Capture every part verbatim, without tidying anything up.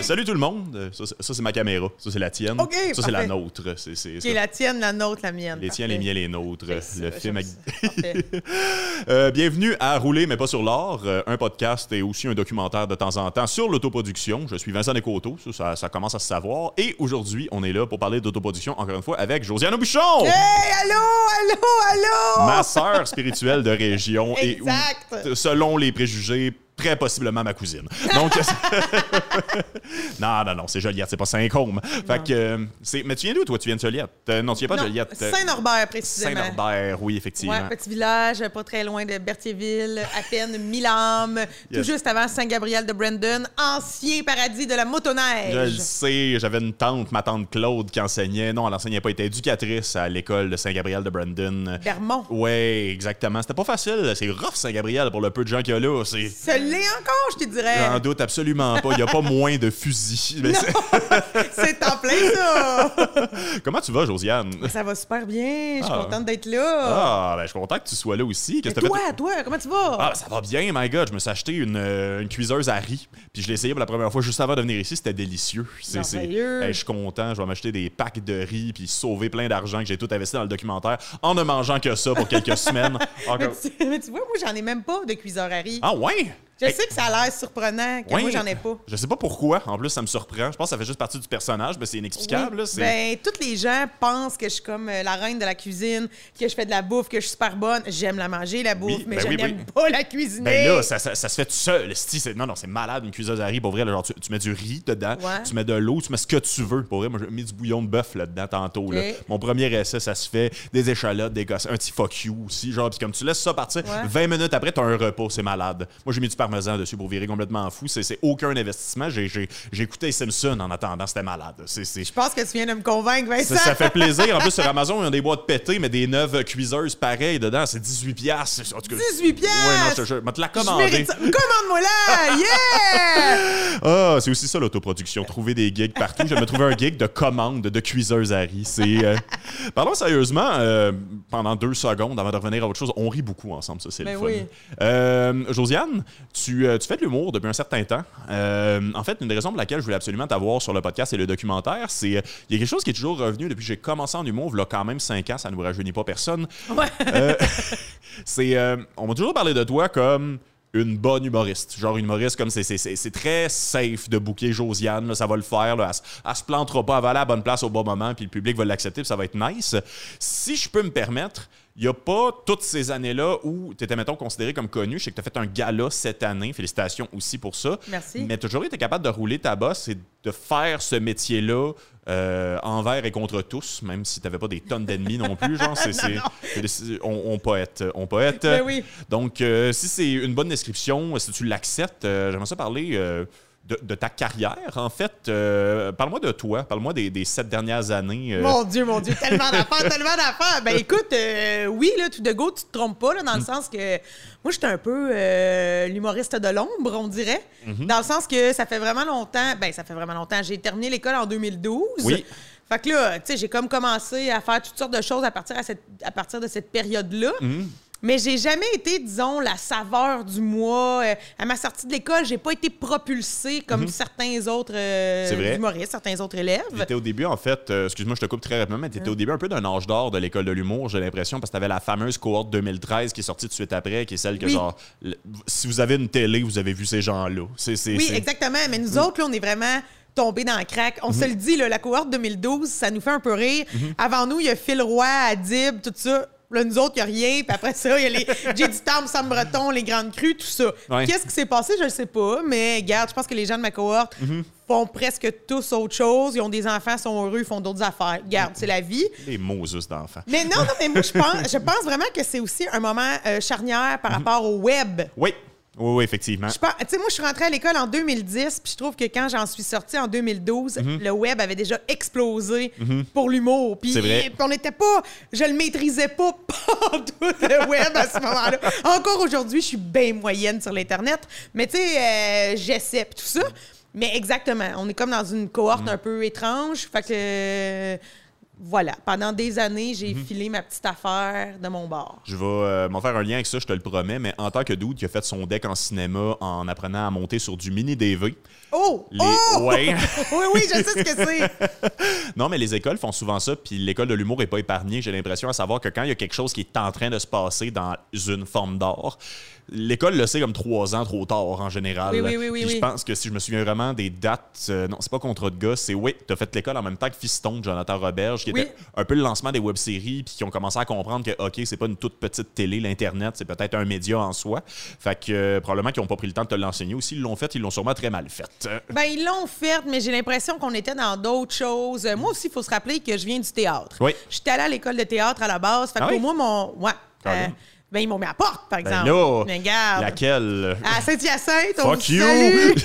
salut tout le monde. Ça, c'est, ça, c'est ma caméra. Ça, c'est la tienne. OK, ça, parfait. c'est la nôtre. C'est, c'est, Qui est la tienne, la nôtre, la mienne. Les tiens, les miens, les nôtres. C'est Le ça, film. j'aime ça. euh, bienvenue à Rouler, mais pas sur l'or. Euh, un podcast et aussi un documentaire de temps en temps sur l'autoproduction. Je suis Vincent Descoteaux. Ça, ça, ça commence à se savoir. Et aujourd'hui, on est là pour parler d'autoproduction, encore une fois, avec Josiane Aubuchon. Hey, allô, allô, allô! Ma sœur spirituelle de région. Exact. Et où, selon les préjugés, très possiblement ma cousine. Donc, non, non, non, c'est Joliette, c'est pas Saint-Côme. Fait que, euh, c'est... Mais tu viens d'où, toi? Tu viens de Joliette? Euh, non, tu viens pas de Non, Joliette. Saint-Norbert, précisément. Saint-Norbert, oui, effectivement. Ouais, petit village, pas très loin de Berthierville, à peine mille âmes, Yes. tout juste avant Saint-Gabriel de Brandon, ancien paradis de la motoneige. Je le sais, j'avais une tante, ma tante Claude, qui enseignait. Non, elle enseignait pas, elle était éducatrice à l'école de Saint-Gabriel de Brandon. Vermont. Oui, exactement. C'était pas facile. C'est rough, Saint-Gabriel, pour le peu de gens qu'il y a là. C'est... Ça l'est encore, je te dirais. J'en doute absolument pas. Il n'y a pas moins de fusils. Mais c'est... C'est en plein, ça. Comment tu vas, Josiane? Ça va super bien. Je suis Ah. contente d'être là. Ah, ben, je suis content que tu sois là aussi. Qu'est-ce Et que t'as toi, fait? toi, comment tu vas? Ah, ça va bien, my God. Je me suis acheté une, euh, une cuiseuse à riz. Puis je l'ai essayé pour la première fois juste avant de venir ici. C'était délicieux. C'est, c'est... Merveilleux. Hey, je suis content. Je vais m'acheter des packs de riz puis sauver plein d'argent que j'ai tout investi dans le documentaire en ne mangeant que ça pour quelques semaines. Mais Encore... tu, mais tu vois, moi, j'en ai même pas de cuiseur à riz. Ah ouais? Je Hey, sais que ça a l'air surprenant que ouais. moi, j'en ai pas. Je sais pas pourquoi. En plus, ça me surprend. Je pense que ça fait juste partie du personnage, mais c'est inexplicable. Oui. Là, c'est... Ben, tous les gens pensent que je suis comme euh, la reine de la cuisine, que je fais de la bouffe, que je suis super bonne. J'aime la manger, la bouffe, Oui, mais ben je oui, n'aime oui. pas la cuisiner. Ben là, ça, ça, ça se fait tout seul. esti, c'est... Non, non, c'est malade, une cuiseuse à riz. Pour vrai, là, genre, tu, tu mets du riz dedans, Ouais. tu mets de l'eau, tu mets ce que tu veux. Pour vrai, moi, j'ai mis du bouillon de bœuf là-dedans tantôt. Là. Ok. Mon premier essai, ça se fait des échalotes, des gosses, un petit fuck you aussi. Genre, puis comme tu laisses ça partir, Ouais. vingt minutes après, t'as un repas. C'est malade. Moi, j'ai mis du parmesan dessus pour virer complètement fou. C'est, c'est aucun investissement. J'ai, j'ai, j'ai écouté Simpson en attendant. C'était malade. C'est, c'est... Je pense que tu viens de me convaincre, Vincent. Ça, ça fait plaisir. En plus, sur Amazon, ils ont des boîtes pétées, mais des neuves cuiseuses pareilles dedans. C'est dix-huit piastres. En tout cas, dix-huit piastres! Ouais, non, je te jure. Je vais te la Je commander. mérite ça. Commande-moi là! Yeah! Ah, c'est aussi ça, l'autoproduction. Trouver des gigs partout. Je vais me trouver un gig de commande de cuiseuse à riz. C'est, euh... Parlons sérieusement, euh, pendant deux secondes, avant de revenir à autre chose, on rit beaucoup ensemble, ça, c'est Ben le fun. oui. Euh, Josiane, tu, euh, tu fais de l'humour depuis un certain temps. Euh, en fait, une des raisons pour laquelle je voulais absolument t'avoir sur le podcast et le documentaire, c'est euh, il y a quelque chose qui est toujours revenu depuis que j'ai commencé en humour, il y a quand même cinq ans, ça ne nous rajeunit pas personne. Ouais. Euh, c'est, euh, on m'a toujours parlé de toi comme une bonne humoriste. Genre une humoriste comme c'est, c'est, c'est, c'est très safe de booker Josiane, là, ça va le faire. Là, elle, se- elle se plantera pas, elle va aller à la bonne place au bon moment, puis le public va l'accepter, puis ça va être nice. Si je peux me permettre, il n'y a pas toutes ces années-là où tu étais, mettons, considéré comme connu. Je sais que tu as fait un gala cette année. Félicitations aussi pour ça. Merci. Mais tu as toujours été capable de rouler ta bosse et de faire ce métier-là euh, envers et contre tous, même si tu n'avais pas des tonnes d'ennemis non plus. Genre, c'est, c'est, c'est- on, on poète. On poète. Ben oui. Donc, euh, si c'est une bonne description, si tu l'acceptes, euh, j'aimerais ça parler euh, de, de ta carrière. En fait, euh, parle-moi de toi. Parle-moi des, des sept dernières années. euh. Mon Dieu, mon Dieu, tellement d'affaires, tellement d'affaires. Ben écoute, euh, oui, là, tout de go, tu te trompes pas, là, dans le sens que moi, j'étais un peu euh, l'humoriste de l'ombre, on dirait. Dans le sens que ça fait vraiment longtemps, ben ça fait vraiment longtemps. J'ai terminé l'école en deux mille douze. Oui. Fait que là, tu sais, j'ai comme commencé à faire toutes sortes de choses à partir, à cette, à partir de cette période-là. Mais j'ai jamais été, disons, la saveur du mois. Euh, à ma sortie de l'école, j'ai pas été propulsée comme certains autres euh, C'est vrai. humoristes, certains autres élèves. T'étais au début, en fait, euh, excuse-moi, je te coupe très rapidement, mais t'étais au début un peu d'un âge d'or de l'école de l'humour, j'ai l'impression, parce que t'avais la fameuse cohorte deux mille treize qui est sortie tout de suite après, qui est celle que, Oui. genre, le- si vous avez une télé, vous avez vu ces gens-là. C'est, c'est, Oui, c'est... exactement. Mais nous autres, là, on est vraiment tombés dans le crack. On se le dit, là, la cohorte deux mille douze, ça nous fait un peu rire. Avant nous, il y a Phil Roy, Adib, tout ça. Là, nous autres, il n'y a rien. Puis après ça, il y a les J D Tam, Sam Breton, les Grandes Crues, tout ça. Ouais. Qu'est-ce qui s'est passé? Je ne sais pas. Mais regarde, je pense que les gens de ma cohorte font presque tous autre chose. Ils ont des enfants, sont heureux, ils font d'autres affaires. Regarde, c'est la vie. Les Moses d'enfants. Mais non, non, mais moi, je pense, je pense vraiment que c'est aussi un moment euh, charnière par rapport au web. Oui, oui, oui, effectivement. Je pense- Tu sais, moi, je suis rentrée à l'école en deux mille dix, puis je trouve que quand j'en suis sortie en deux mille douze, le web avait déjà explosé pour l'humour. Puis C'est vrai. puis on n'était pas... Je le maîtrisais pas pas tout le web à ce moment-là. Encore aujourd'hui, je suis bien moyenne sur l'Internet, mais tu sais, euh, j'essaie, puis tout ça. Mais exactement, on est comme dans une cohorte un peu étrange, fait que... Voilà. Pendant des années, j'ai Mm-hmm. filé ma petite affaire de mon bar. Je vais euh, m'en faire un lien avec ça, je te le promets, mais en tant que dude qui a fait son deck en cinéma en apprenant à monter sur du mini-D V. Oh! Les... Oh! Ouais. oui, oui, je sais ce que c'est. Non, mais les écoles font souvent ça, puis l'école de l'humour n'est pas épargnée. J'ai l'impression à savoir que quand il y a quelque chose qui est en train de se passer dans une forme d'art, l'école le sait comme trois ans trop tard en général. Oui, oui, oui, oui, Puis oui. je pense que si je me souviens vraiment des dates, euh, non, c'est pas Contrat de gars, c'est oui, t'as fait l'école en même temps que Fiston de Jonathan Roberge, qui Oui. était un peu le lancement des web-séries, puis qui ont commencé à comprendre que, OK, c'est pas une toute petite télé, l'Internet, c'est peut-être un média en soi. Fait que euh, probablement qu'ils n'ont pas pris le temps de te l'enseigner. Ou s'ils l'ont fait, ils l'ont sûrement très mal fait. Euh, Ben, ils l'ont fait, mais j'ai l'impression qu'on était dans d'autres choses. Euh, Moi aussi, il faut se rappeler que je viens du théâtre. Oui. J'étais allée à l'école de théâtre à la base. Fait que Ah pour oui? moi, mon. Ouais. Quand euh, même. ben, ils m'ont mis à la porte, par Ben exemple. là, mais regarde. laquelle? À Saint-Hyacinthe, on Fuck vous you! salue.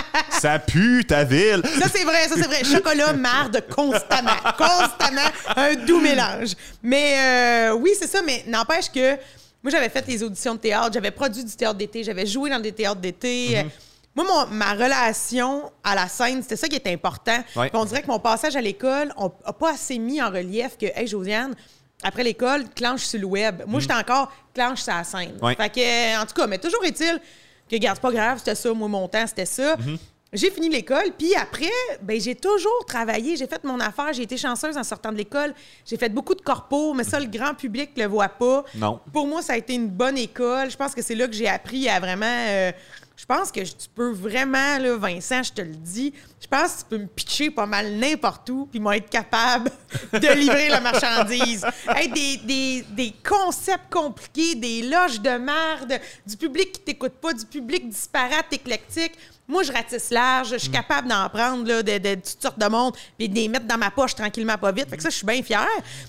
Ça pue, ta ville! Ça, c'est vrai, ça, c'est vrai. Chocolat, marde, constamment. Constamment, un doux mélange. Mais euh, oui, c'est ça, mais n'empêche que moi, j'avais fait les auditions de théâtre, j'avais produit du théâtre d'été, j'avais joué dans des théâtres d'été. Mm-hmm. Moi, mon- ma relation à la scène, c'était ça qui était important. Ouais. Puis on dirait que mon passage à l'école n'a pas assez mis en relief que, hey, Josiane, après l'école, clenche sur le web. Moi, j'étais encore clenche sur la scène. Ouais. Fait que, en tout cas, mais toujours est-il que, regarde, c'est pas grave, c'était ça, moi, mon temps, c'était ça. J'ai fini l'école, puis après, ben j'ai toujours travaillé. J'ai fait mon affaire, j'ai été chanceuse en sortant de l'école. J'ai fait beaucoup de corpos, mais ça, le grand public le voit pas. Non. Pour moi, ça a été une bonne école. Je pense que c'est là que j'ai appris à vraiment... euh, je pense que tu peux vraiment, là, Vincent, je te le dis, je pense que tu peux me pitcher pas mal n'importe où, puis moi être capable de livrer la marchandise. Hey, des, des, des concepts compliqués, des loges de merde, du public qui t'écoute pas, du public disparate, éclectique. Moi, je ratisse large, je suis capable d'en prendre là, de, de, de toutes sortes de monde, puis de les mettre dans ma poche tranquillement, pas vite. Fait que ça, je suis bien fière.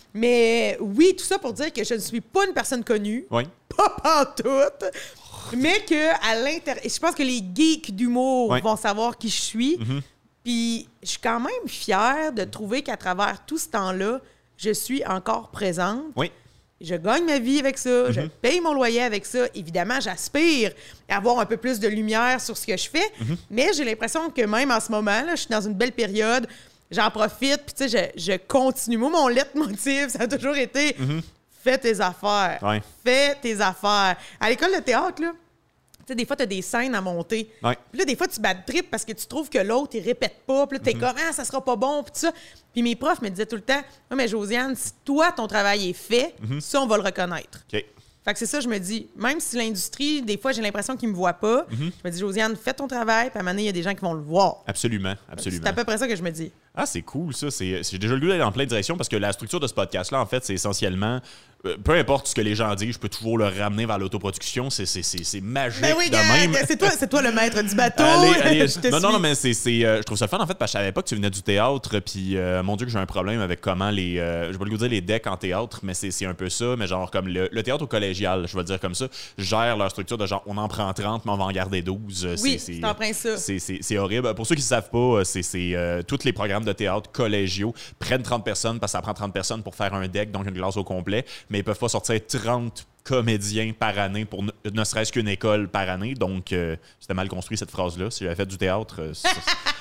Mais oui, tout ça pour dire que je ne suis pas une personne connue. Oui. Pas pantoute. Mais que à l'intérieur. Je pense que les geeks d'humour Ouais. vont savoir qui je suis. Puis je suis quand même fière de trouver qu'à travers tout ce temps-là, je suis encore présente. Oui. Je gagne ma vie avec ça, je paye mon loyer avec ça. Évidemment, j'aspire à avoir un peu plus de lumière sur ce que je fais, mais j'ai l'impression que même en ce moment, là, je suis dans une belle période, j'en profite, puis tu sais, je, je continue. Moi, mon leitmotiv, ça a toujours été fais tes affaires. Ouais. Fais tes affaires. À l'école de théâtre, là, tu sais, des fois, tu as des scènes à monter. Ouais. Puis là, des fois, tu bats de trip parce que tu trouves que l'autre, il répète pas. Puis là, t'es comme, ah, ça sera pas bon. Puis tout ça. Puis mes profs me disaient tout le temps, non, mais Josiane, si toi, ton travail est fait, ça, on va le reconnaître. OK. Fait que c'est ça, je me dis, même si l'industrie, des fois, j'ai l'impression qu'ils me voient pas, je me dis, Josiane, fais ton travail, puis à un moment donné, il y a des gens qui vont le voir. Absolument. Absolument. C'est à peu près ça que je me dis. Ah, c'est cool, ça. C'est, j'ai déjà le goût d'aller dans plein de directions parce que la structure de ce podcast-là, en fait, c'est essentiellement... euh, peu importe ce que les gens disent, je peux toujours le ramener vers l'autoproduction. C'est, c'est, c'est, c'est magique Ben oui, de gars, même. c'est toi, c'est toi le maître du bateau. Allez, allez. Je te non, non, suis. non, mais c'est, c'est, euh, je trouve ça le fun, en fait, parce que je savais pas que tu venais du théâtre. Puis, euh, mon Dieu, que j'ai un problème avec comment les... euh, je vais le dire les decks en théâtre, mais c'est, c'est un peu ça. Mais genre, comme le, le théâtre au collégial, je vais le dire comme ça, gère leur structure de genre, on en prend trente, mais on va en garder douze. Euh, Oui, c'est, c'est en plein ça. C'est, c'est, c'est horrible. Pour ceux qui ne savent pas, c'est, c'est euh, tous les programmes de théâtre collégiaux prennent trente personnes parce que ça prend trente personnes pour faire un deck, donc une classe au complet, mais ils peuvent pas sortir trente comédiens par année pour ne, ne serait-ce qu'une école par année. Donc, euh, c'était mal construit cette phrase-là. Si j'avais fait du théâtre, euh, ça,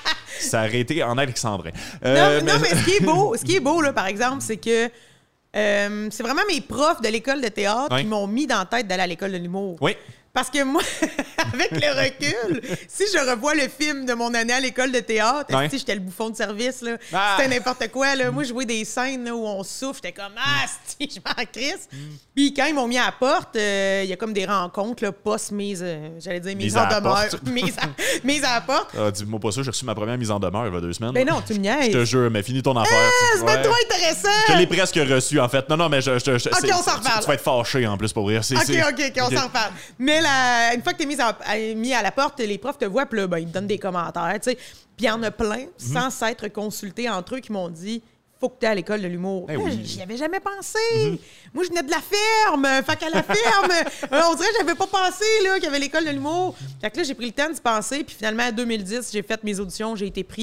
ça aurait été en alexandrin. Euh, non, non, mais ce qui est beau, ce qui est beau là, par exemple, c'est que euh, c'est vraiment mes profs de l'école de théâtre Ouais. qui m'ont mis dans la tête d'aller à l'école de l'humour. Oui. Parce que moi, avec le recul, si je revois le film de mon année à l'école de théâtre, Ouais. si j'étais le bouffon de service, là, Ah! c'était n'importe quoi. Là. Moi, je jouais des scènes là, où on souffle, j'étais comme ah, si, je m'en crisse. Puis quand ils m'ont mis à la porte, euh, il y a comme des rencontres là, post-mise, euh, j'allais dire mise Mise en à la demeure, porte. mise à, mise à la porte. Ah, dis-moi pas ça, j'ai reçu ma première mise en demeure il y a deux semaines. Ben non, tu me niaises. Je te jure, mais finis ton affaire. Ah, c'est pas Ouais. trop intéressant. Je l'ai presque reçu, en fait. Non, non, mais je. je, je Ok, c'est- on s'en tu- reparle. Tu, vas être fâché en plus pour rire. C'est, OK, c'est- OK, OK, on s'en reparle. Mais la, une fois que tu es mis, en- à- mis à la porte, les profs te voient, puis là, ben, ils te donnent des commentaires, tu sais. Puis il y en a plein, Mhm. sans s'être consultés entre eux, qui m'ont dit faut que tu aies à l'école de l'humour. Eh Là, oui. Mhm. J'y avais jamais pensé. Moi, je venais de la ferme. Fait qu'à la ferme, euh, on dirait que j'avais pas pensé là, qu'il y avait l'école de l'humour. Fait que là, j'ai pris le temps d'y penser. Puis finalement, en deux mille dix, j'ai fait mes auditions, j'ai été pris.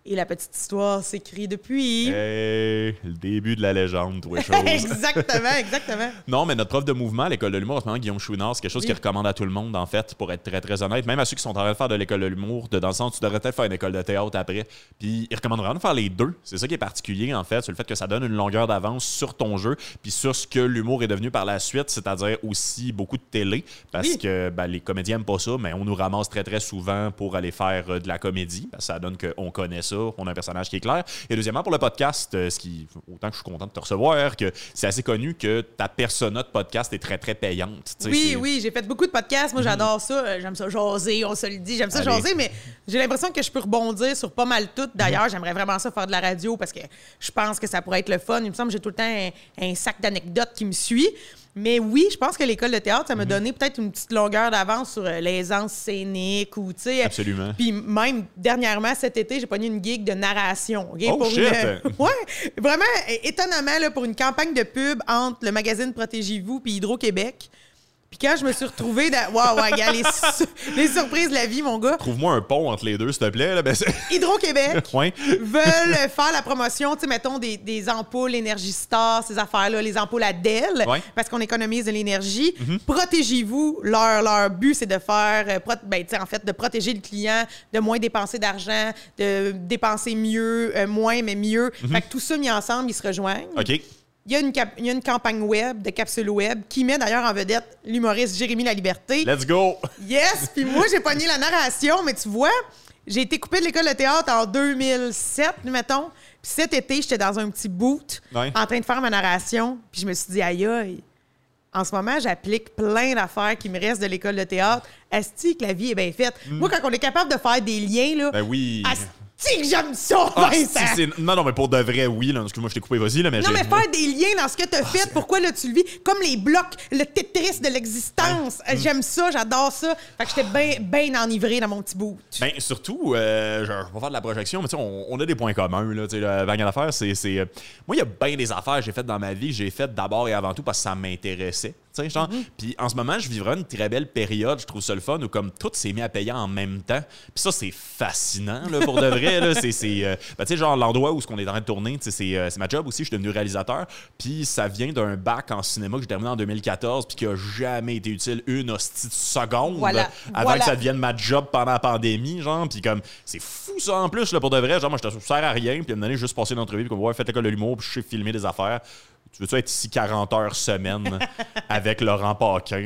Et la petite histoire s'écrit depuis. Hey, le début de la légende, toi, chose. Exactement, exactement. Non, mais notre prof de mouvement à l'école de l'humour, en ce moment, Guillaume Chouinard, c'est quelque chose Oui. qu'il recommande à tout le monde, en fait, pour être très, très honnête. Même à ceux qui sont en train de faire de l'école de l'humour, de, dans le sens, tu devrais peut-être faire une école de théâtre après. Puis il recommande vraiment de faire les deux. C'est ça qui est particulier, en fait, sur le fait que ça donne une longueur d'avance sur ton jeu, puis sur ce que l'humour est devenu par la suite, c'est-à-dire aussi beaucoup de télé, parce Oui. que ben, les comédiens n'aiment pas ça, mais on nous ramasse très, très souvent pour aller faire euh, de la comédie, parce que ça donne qu'on connaît ça, on a un personnage qui est clair. Et deuxièmement, pour le podcast, euh, ce qui, autant que je suis content de te recevoir, que c'est assez connu que ta persona de podcast est très, très payante. Tu sais, Oui, c'est- oui, j'ai fait beaucoup de podcasts. Moi, j'adore ça. Euh, J'aime ça jaser, on se le dit. J'aime ça Allez. jaser, mais j'ai l'impression que je peux rebondir sur pas mal tout. D'ailleurs, j'aimerais vraiment ça faire de la radio parce que je pense que ça pourrait être le fun. Il me semble que j'ai tout le temps un, un sac d'anecdotes qui me suit. Mais oui, je pense que l'école de théâtre, ça m'a donné peut-être une petite longueur d'avance sur euh, l'aisance scénique ou, tu sais... Absolument. Puis même, dernièrement, cet été, j'ai pogné une gig de narration. OK, Oh, pour shit! Une... ouais, vraiment, é- étonnamment, là, pour une campagne de pub entre le magazine Protégez-vous puis Hydro-Québec. Puis quand je me suis retrouvée dans... Wow, ouais, gars, les, su- les surprises de la vie, mon gars. Trouve-moi un pont entre les deux, s'il te plaît. Là. Ben, c'est- Hydro-Québec ouais. veulent faire la promotion, tu sais, mettons, des, des ampoules Énergie Star, ces affaires-là, les ampoules Adèle, Ouais. parce qu'on économise de l'énergie. Protégez-vous. Leur, leur but, c'est de faire, euh, prot- ben, tu sais, en fait, de protéger le client, de moins dépenser d'argent, de dépenser mieux, euh, moins, mais mieux. Fait que tout ça mis ensemble, ils se rejoignent. OK. Il y, a une cap- il y a une campagne web, de capsule web, qui met d'ailleurs en vedette l'humoriste Jérémy Laliberté. Let's go! Yes! Puis moi, j'ai pogné la narration, mais tu vois, j'ai été coupée de l'école de théâtre en deux mille sept, mettons. Puis cet été, j'étais dans un petit boot Ouais. en train de faire ma narration. Puis je me suis dit, aïe, aïe. En ce moment, j'applique plein d'affaires qui me restent de l'école de théâtre. Asti que la vie est bien faite. Moi, quand on est capable de faire des liens, là, Ben oui. asti que j'aime ça, Ah, Vincent! si, c'est- non, non, mais pour de vrai, oui. Là, excuse-moi, je t'ai coupé, vas-y. Là, mais Non, j'ai- mais faire des liens dans ce que tu as fait, pourquoi là, tu le vis, comme les blocs, le Tetris de l'existence. Euh, J'aime ça, j'adore ça. Fait que j'étais bien ben enivrée dans mon petit bout. Ben, surtout, euh, je je vais pas faire de la projection, mais tu sais, on, on a des points communs. Là, tu sais, la vague à l'affaire, c'est. c'est, euh, moi, il y a bien des affaires que j'ai faites dans ma vie que j'ai faites d'abord et avant tout parce que ça m'intéressait. Tu sais, genre. Puis en ce moment, je vivrais une très belle période. Je trouve ça le fun où comme tout s'est mis à payer en même temps. Puis ça, c'est fascinant, là, pour de vrai. Là, c'est. c'est euh, ben, tu sais, genre, l'endroit où ce qu'on est en train de tourner, tu sais, c'est, euh, c'est ma job aussi. Je suis devenu réalisateur. Puis ça vient d'un bac en cinéma que j'ai terminé en deux mille quatorze puis qui a jamais été utile une hostie de seconde Voilà, avant voilà. que ça devienne ma job pendant la pandémie, genre. Puis comme, c'est fou ça en plus, là, pour de vrai. Genre, moi, je te sers à rien. Puis à un moment donné, juste passer une entrevue. Puis comme, ouais, faites l'école de l'humour. Puis je sais filmer des affaires. Tu veux-tu être ici quarante heures semaine avec Laurent Paquin?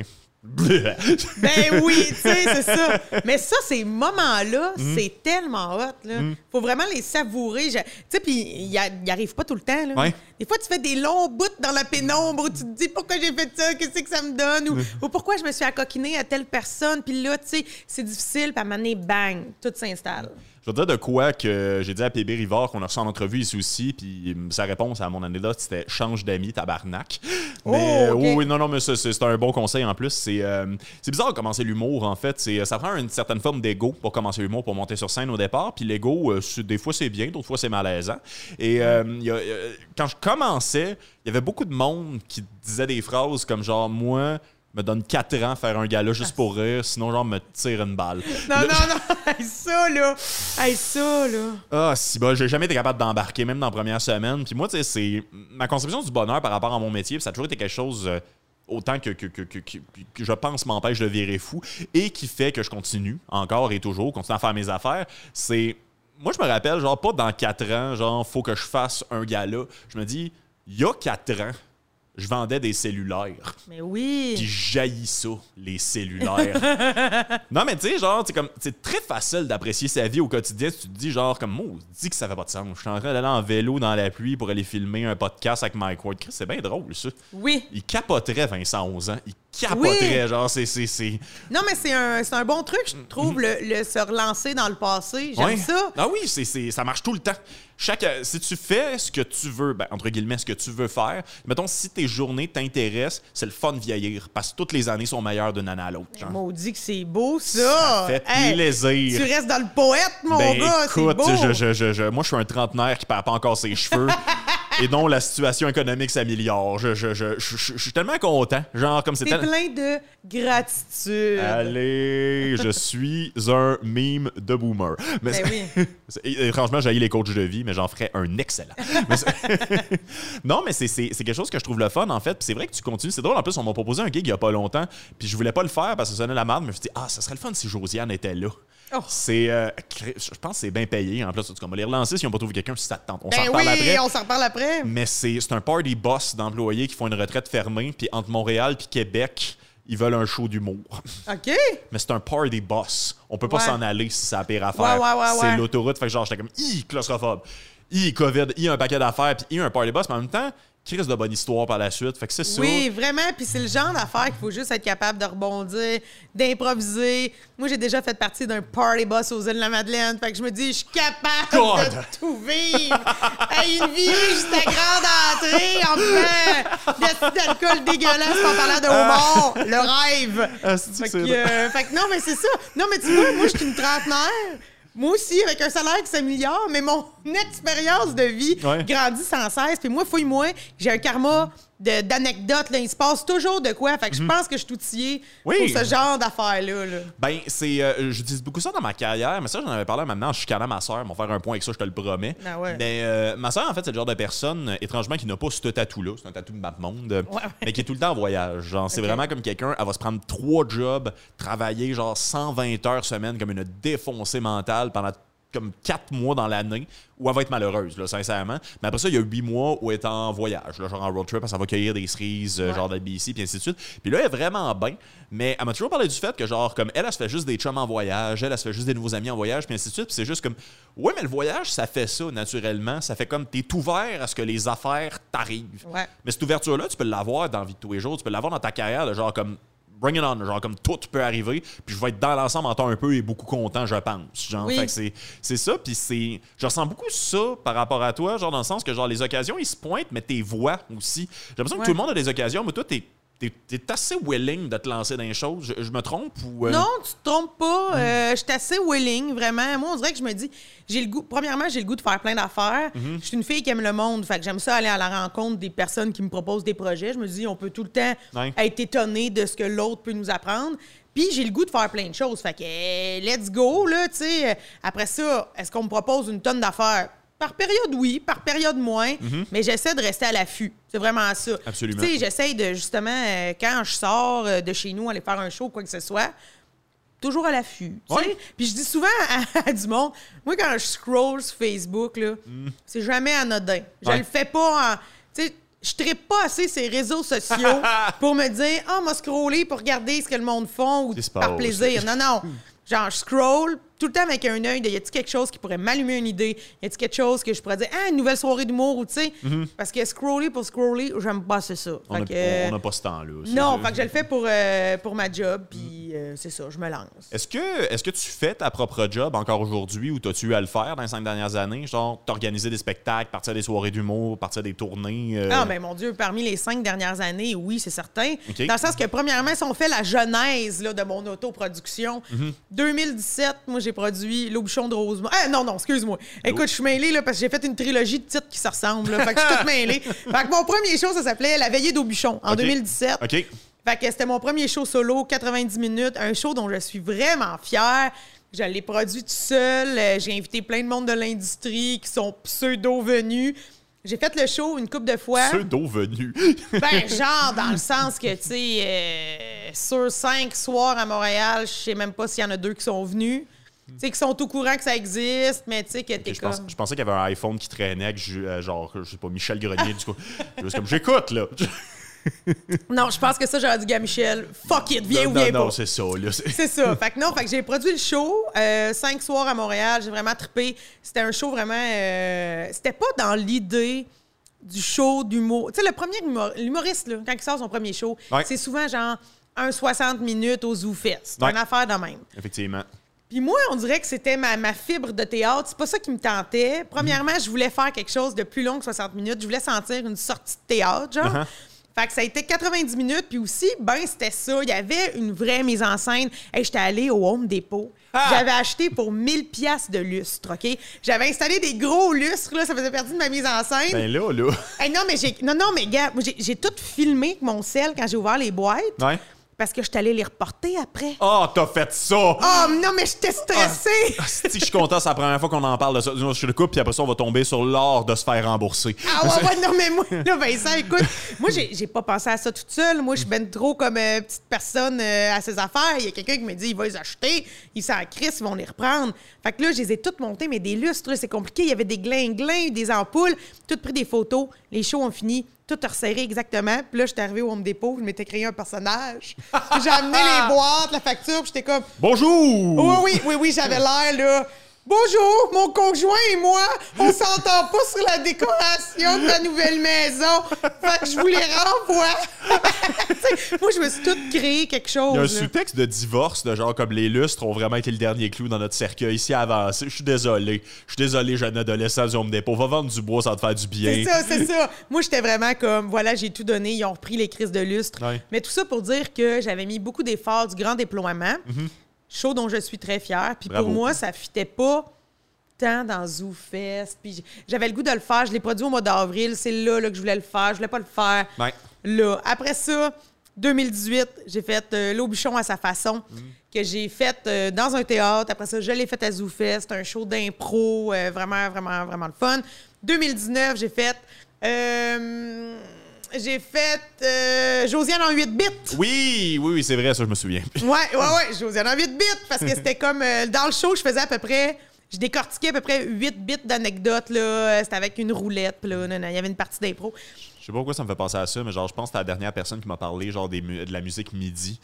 Ben oui, tu sais, c'est ça. Mais ça, ces moments-là, c'est tellement hot, là. Faut vraiment les savourer. Je- Tu sais, puis il y a- il arrive pas tout le temps, là. Ouais. Des fois, tu fais des longs bouts dans la pénombre où tu te dis pourquoi j'ai fait ça, qu'est-ce que ça me donne, ou, ou pourquoi je me suis accoquinée à telle personne. Puis là, tu sais, c'est difficile, puis à un moment donné, bang, tout s'installe. Je vais te dire de quoi que j'ai dit à P B Rivard qu'on a reçu en entrevue ici aussi, puis hum, sa réponse à mon anecdote, c'était « change d'amis, tabarnak ». Mais Oh, ok. oui, oui, non, non, mais ça, c'est c'est un bon conseil en plus. C'est euh, c'est bizarre de commencer l'humour, en fait. C'est, ça prend une certaine forme d'ego pour commencer l'humour, pour monter sur scène au départ. Puis l'ego, euh, c'est- des fois, c'est bien, d'autres fois, c'est malaisant. Et euh, il y a- euh, quand je commençais, il y avait beaucoup de monde qui disait des phrases comme genre « moi ». Me donne quatre ans à faire un gala juste pour rire, sinon genre me tire une balle. Non, Là, non, non. Hey, ça, là. Hey, ça, là. Ah, si, bah, j'ai jamais été capable d'embarquer, même dans la première semaine. Puis moi, tu sais, c'est ma conception du bonheur par rapport à mon métier, puis ça a toujours été quelque chose euh, autant que, que, que, que, que- que je pense m'empêche de virer fou et qui fait que je continue encore et toujours, continue à faire mes affaires. C'est. Moi, je me rappelle, genre, pas dans quatre ans, genre, faut que je fasse un gala. Je me dis, il y a quatre ans, je vendais des cellulaires. Mais oui. Puis j'haïs ça, les cellulaires. Non, mais tu sais, genre, c'est comme c'est très facile d'apprécier sa vie au quotidien si tu te dis, genre, comme moi, dis que ça fait pas de sens. Je suis en train d'aller en vélo dans la pluie pour aller filmer un podcast avec Mike Ward. Chris, c'est bien drôle, ça. Oui. Il capoterait, Vincent, onze ans. Il capoterait, Oui. genre, c'est. c'est, c'est... Non, mais c'est un, c'est un bon truc, je trouve, le, le se relancer dans le passé. J'aime Ouais. ça. Ah oui, c'est, c'est, ça marche tout le temps. Chaque, euh, si tu fais ce que tu veux, ben, entre guillemets, ce que tu veux faire, mettons, si tes journées t'intéressent, c'est le fun de vieillir parce que toutes les années sont meilleures d'une année à l'autre. genre. Maudit que c'est beau, ça. Ça fait Hey, plaisir. Tu restes dans le poète, mon Ben gars. écoute, c'est beau. je, je, je, je- moi je suis un trentenaire qui perd pas encore ses cheveux. et dont la situation économique s'améliore. Je, je, je, je, je, je suis tellement content. Genre, comme c'était. T'es plein de gratitude. Allez, je suis un meme de boomer. Mais ben oui. Étrangement, j'ai les coachs de vie, mais j'en ferais un excellent. mais non, mais c'est quelque chose que je trouve le fun, en fait. Puis c'est vrai que tu continues. C'est drôle, en plus, on m'a proposé un gig il y a pas longtemps, puis je voulais pas le faire parce que ça sonnait la merde, mais je me suis dit, ah, ça serait le fun si Josiane était là. Oh. C'est, euh, je pense que c'est bien payé. En plus, on va les relancer si on n'a pas trouvé quelqu'un, si ça te tente. On ben s'en reparle oui, après. on s'en reparle après. Mais c'est un party boss d'employés qui font une retraite fermée, puis entre Montréal et Québec, ils veulent un show d'humour. OK. Mais c'est un party boss. On peut pas ouais. s'en aller si c'est la pire affaire. Ouais, ouais, ouais, c'est ouais. l'autoroute. Fait que genre, j'étais comme, hi, claustrophobe. Hi, COVID, hi, un paquet d'affaires, puis hi, un party boss. Mais en même temps, crise de bonne histoire par la suite. Fait que c'est ça. Oui, vraiment. Puis c'est le genre d'affaire qu'il faut juste être capable de rebondir, d'improviser. Moi, j'ai déjà fait partie d'un party bus aux îles de la Madeleine. Fait que je me dis, je suis capable God. de tout vivre. Hey, une vie juste à grande entrée, enfin. Des d'alcool dégueulasse en parlant de homard. Le rêve. Ah, fait, que, euh, fait que non, mais c'est ça. Non, mais tu vois, moi, je suis une trentenaire. Moi aussi, avec un salaire qui s'améliore, mais mon expérience de vie ouais. grandit sans cesse. Puis moi, fouille-moi, j'ai un karma d'anecdotes. Il se passe toujours de quoi. Fait que je mm-hmm. pense que je suis outillée oui. pour ce genre d'affaires-là. Là. Ben, c'est... Euh, je dis beaucoup ça dans ma carrière, mais ça, j'en avais parlé maintenant en chicanant ma soeur. On va faire un point avec ça, je te le promets. Ah ouais. Mais euh, ma soeur, en fait, c'est le genre de personne, euh, étrangement, qui n'a pas ce tatou-là. C'est un tatou de map-monde. Ouais, ouais. Mais qui est tout le temps en voyage. Genre, c'est okay. vraiment comme quelqu'un, elle va se prendre trois jobs, travailler genre cent vingt heures semaine comme une défoncée mentale pendant comme quatre mois dans l'année où elle va être malheureuse, là, sincèrement. Mais après ça, il y a huit mois où elle est en voyage, là, genre en road trip, elle s'en va cueillir des cerises, ouais. genre de B C, puis ainsi de suite. Puis là, elle est vraiment bien. Mais elle m'a toujours parlé du fait que, genre, comme elle, elle se fait juste des chums en voyage, elle, elle se fait juste des nouveaux amis en voyage, puis ainsi de suite. Puis c'est juste comme, ouais, mais le voyage, ça fait ça, naturellement. Ça fait comme, t'es ouvert à ce que les affaires t'arrivent. Ouais. Mais cette ouverture-là, tu peux l'avoir dans la vie de tous les jours. Tu peux l'avoir dans ta carrière, de genre, comme, bring it on, genre comme tout peut arriver, puis je vais être dans l'ensemble en temps un peu et beaucoup content, je pense. Genre, oui. Fait que c'est, c'est ça, puis c'est... Je ressens beaucoup ça par rapport à toi, genre dans le sens que genre les occasions, ils se pointent, mais tes voix aussi. J'ai l'impression ouais. que tout le monde a des occasions, mais toi, t'es... T'es, t'es assez willing de te lancer dans les choses. Je, je me trompe ou... Euh... Non, tu te trompes pas. Mm. Euh, je suis assez willing, vraiment. Moi, on dirait que je me dis... j'ai le goût. Premièrement, j'ai le goût de faire plein d'affaires. Mm-hmm. Je suis une fille qui aime le monde. Fait que j'aime ça aller à la rencontre des personnes qui me proposent des projets. Je me dis, on peut tout le temps ouais. être étonné de ce que l'autre peut nous apprendre. Puis j'ai le goût de faire plein de choses. Fait que euh, let's go, là, tu sais. Après ça, est-ce qu'on me propose une tonne d'affaires? Par période, oui. Par période, moins. Mm-hmm. Mais j'essaie de rester à l'affût. C'est vraiment ça. Absolument. Tu sais, j'essaie de, justement, euh, quand je sors euh, de chez nous, aller faire un show, quoi que ce soit, toujours à l'affût. Tu sais? Puis je dis souvent à, à du monde, moi, quand je scroll sur Facebook, là, mm. c'est jamais anodin. Je ouais. le fais pas en... Tu sais, je trippe pas assez ces réseaux sociaux pour me dire, ah, oh, m'a scrollé pour regarder ce que le monde font ou par plaisir. Non, non. Genre, je scroll tout le temps avec un œil de y a-t-il quelque chose qui pourrait m'allumer une idée? Y a-t-il quelque chose que je pourrais dire, ah, une nouvelle soirée d'humour ou tu sais? Mm-hmm. Parce que scroller pour scroller, j'aime pas c'est ça. On n'a euh, pas ce temps-là. Non, fait que je le fais pour, euh, pour ma job, puis euh, c'est ça, je me lance. Est-ce que, est-ce que tu fais ta propre job encore aujourd'hui ou t'as-tu eu à le faire dans les cinq dernières années? Genre, t'organiser des spectacles, partir des soirées d'humour, partir des tournées? Euh... Ah, ben mon Dieu, parmi les cinq dernières années, oui, c'est certain. Okay. Dans le sens que, premièrement, si on fait la genèse là, de mon autoproduction, mm-hmm. deux mille dix-sept, moi, j'ai produit L'Aubuchon de Rosemont. Ah, non, non, excuse-moi. Écoute, je suis mêlée là, parce que j'ai fait une trilogie de titres qui se ressemblent. Là, fait que je suis toute mêlée. Fait que mon premier show, ça s'appelait La Veillée d'Aubuchon en okay. deux mille dix-sept. OK. Fait que c'était mon premier show solo, quatre-vingt-dix minutes. Un show dont je suis vraiment fière. Je l'ai produit tout seul. J'ai invité plein de monde de l'industrie qui sont pseudo-venus. J'ai fait le show une couple de fois. Pseudo-venu. Ben, genre, dans le sens que, tu sais, euh, sur cinq soirs à Montréal, je sais même pas s'il y en a deux qui sont venus. Tu sais, qui sont au courant que ça existe, mais tu sais, que t'es je comme... Pense, je pensais qu'il y avait un iPhone qui traînait, que je, euh, genre, je sais pas, Michel Grenier, du coup. Juste comme, j'écoute, là. Non, je pense que ça, j'aurais dit à Michel, fuck it, viens non, ou viens non, pas. Non, c'est ça, là. C'est ça. Fait que non, fait que j'ai produit le show, euh, cinq soirs à Montréal, j'ai vraiment trippé. C'était un show vraiment... Euh, c'était pas dans l'idée du show d'humour. Tu sais, le premier humor, l'humoriste, là, quand il sort son premier show, ouais. c'est souvent genre un soixante minutes au Zoo Fest. C'est ouais. une affaire de même. Effectivement. Puis moi, on dirait que c'était ma, ma fibre de théâtre. C'est pas ça qui me tentait. Premièrement, mm. je voulais faire quelque chose de plus long que soixante minutes. Je voulais sentir une sortie de théâtre, genre. Uh-huh. Fait que ça a été quatre-vingt-dix minutes. Puis aussi, ben c'était ça. Il y avait une vraie mise en scène. Hey, j'étais allée au Home Depot. J'avais acheté pour mille piastres de lustre, OK? J'avais installé des gros lustres, là, ça faisait partie de ma mise en scène. Ben là, là. Hey, non, mais j'ai... Non, non, mais gars, moi, j'ai, j'ai tout filmé avec mon sel quand j'ai ouvert les boîtes. Ouais. Parce que je suis allée les reporter après. Oh, t'as fait ça! Oh, non, mais j'étais stressée! Ah, si je suis content, c'est la première fois qu'on en parle de ça. Je le coupe, puis après ça, on va tomber sur l'art de se faire rembourser. Ah ouais, ouais, non, mais moi, là, Vincent, écoute, moi, j'ai, j'ai pas pensé à ça toute seule. Moi, je suis ben trop comme euh, petite personne euh, à ses affaires. Il y a quelqu'un qui me dit, il va les acheter, ils s'en crissent, ils vont les reprendre. Fait que là, je les ai toutes montées, mais des lustres, là, c'est compliqué. Il y avait des glins-glins, des ampoules, tout pris des photos. Les shows ont fini. Tout resserré exactement. Puis là, j'étais arrivée au Home Depot, je m'étais créé un personnage. Puis j'ai amené les boîtes, la facture, puis j'étais comme... Bonjour! Oui, oui, oui, oui, j'avais l'air, là... Bonjour, mon conjoint et moi, on s'entend pas sur la décoration de la nouvelle maison. Fait que je vous les renvoie. Moi, je me suis toute créé quelque chose. Il y a un là. sous-texte de divorce, de genre comme les lustres ont vraiment été le dernier clou dans notre cercueil ici à avancer. Je suis désolé. Je suis désolé, jeune adolescent du Home Depot. Va vendre du bois, ça va te faire du bien. C'est ça, c'est ça. Moi, j'étais vraiment comme, voilà, j'ai tout donné. Ils ont repris les crises de lustre. Ouais. Mais tout ça pour dire que j'avais mis beaucoup d'efforts, du grand déploiement. Mm-hmm. Show dont je suis très fière. Puis pour moi, ça ne fitait pas tant dans ZooFest. Puis j'avais le goût de le faire. Je l'ai produit au mois d'avril. C'est là, là que je voulais le faire. Je voulais pas le faire Ouais. là. Après ça, deux mille dix-huit, j'ai fait euh, L'Aubuchon à sa façon, mm. que j'ai fait euh, dans un théâtre. Après ça, je l'ai fait à ZooFest. Un show d'impro. Euh, vraiment, vraiment, vraiment le fun. deux mille dix-neuf, j'ai fait... Euh, J'ai fait euh, Josiane en huit bits. Oui, oui, oui, c'est vrai, ça, je me souviens. Ouais, ouais, ouais, Josiane en huit bits. Parce que c'était comme... Euh, dans le show, je faisais à peu près... Je décortiquais à peu près huit bits d'anecdotes, là. C'était avec une roulette, puis là, il y avait une partie d'impro. Je sais pas pourquoi ça me fait penser à ça, mais genre, je pense que c'était la dernière personne qui m'a parlé, genre, des mu- de la musique midi.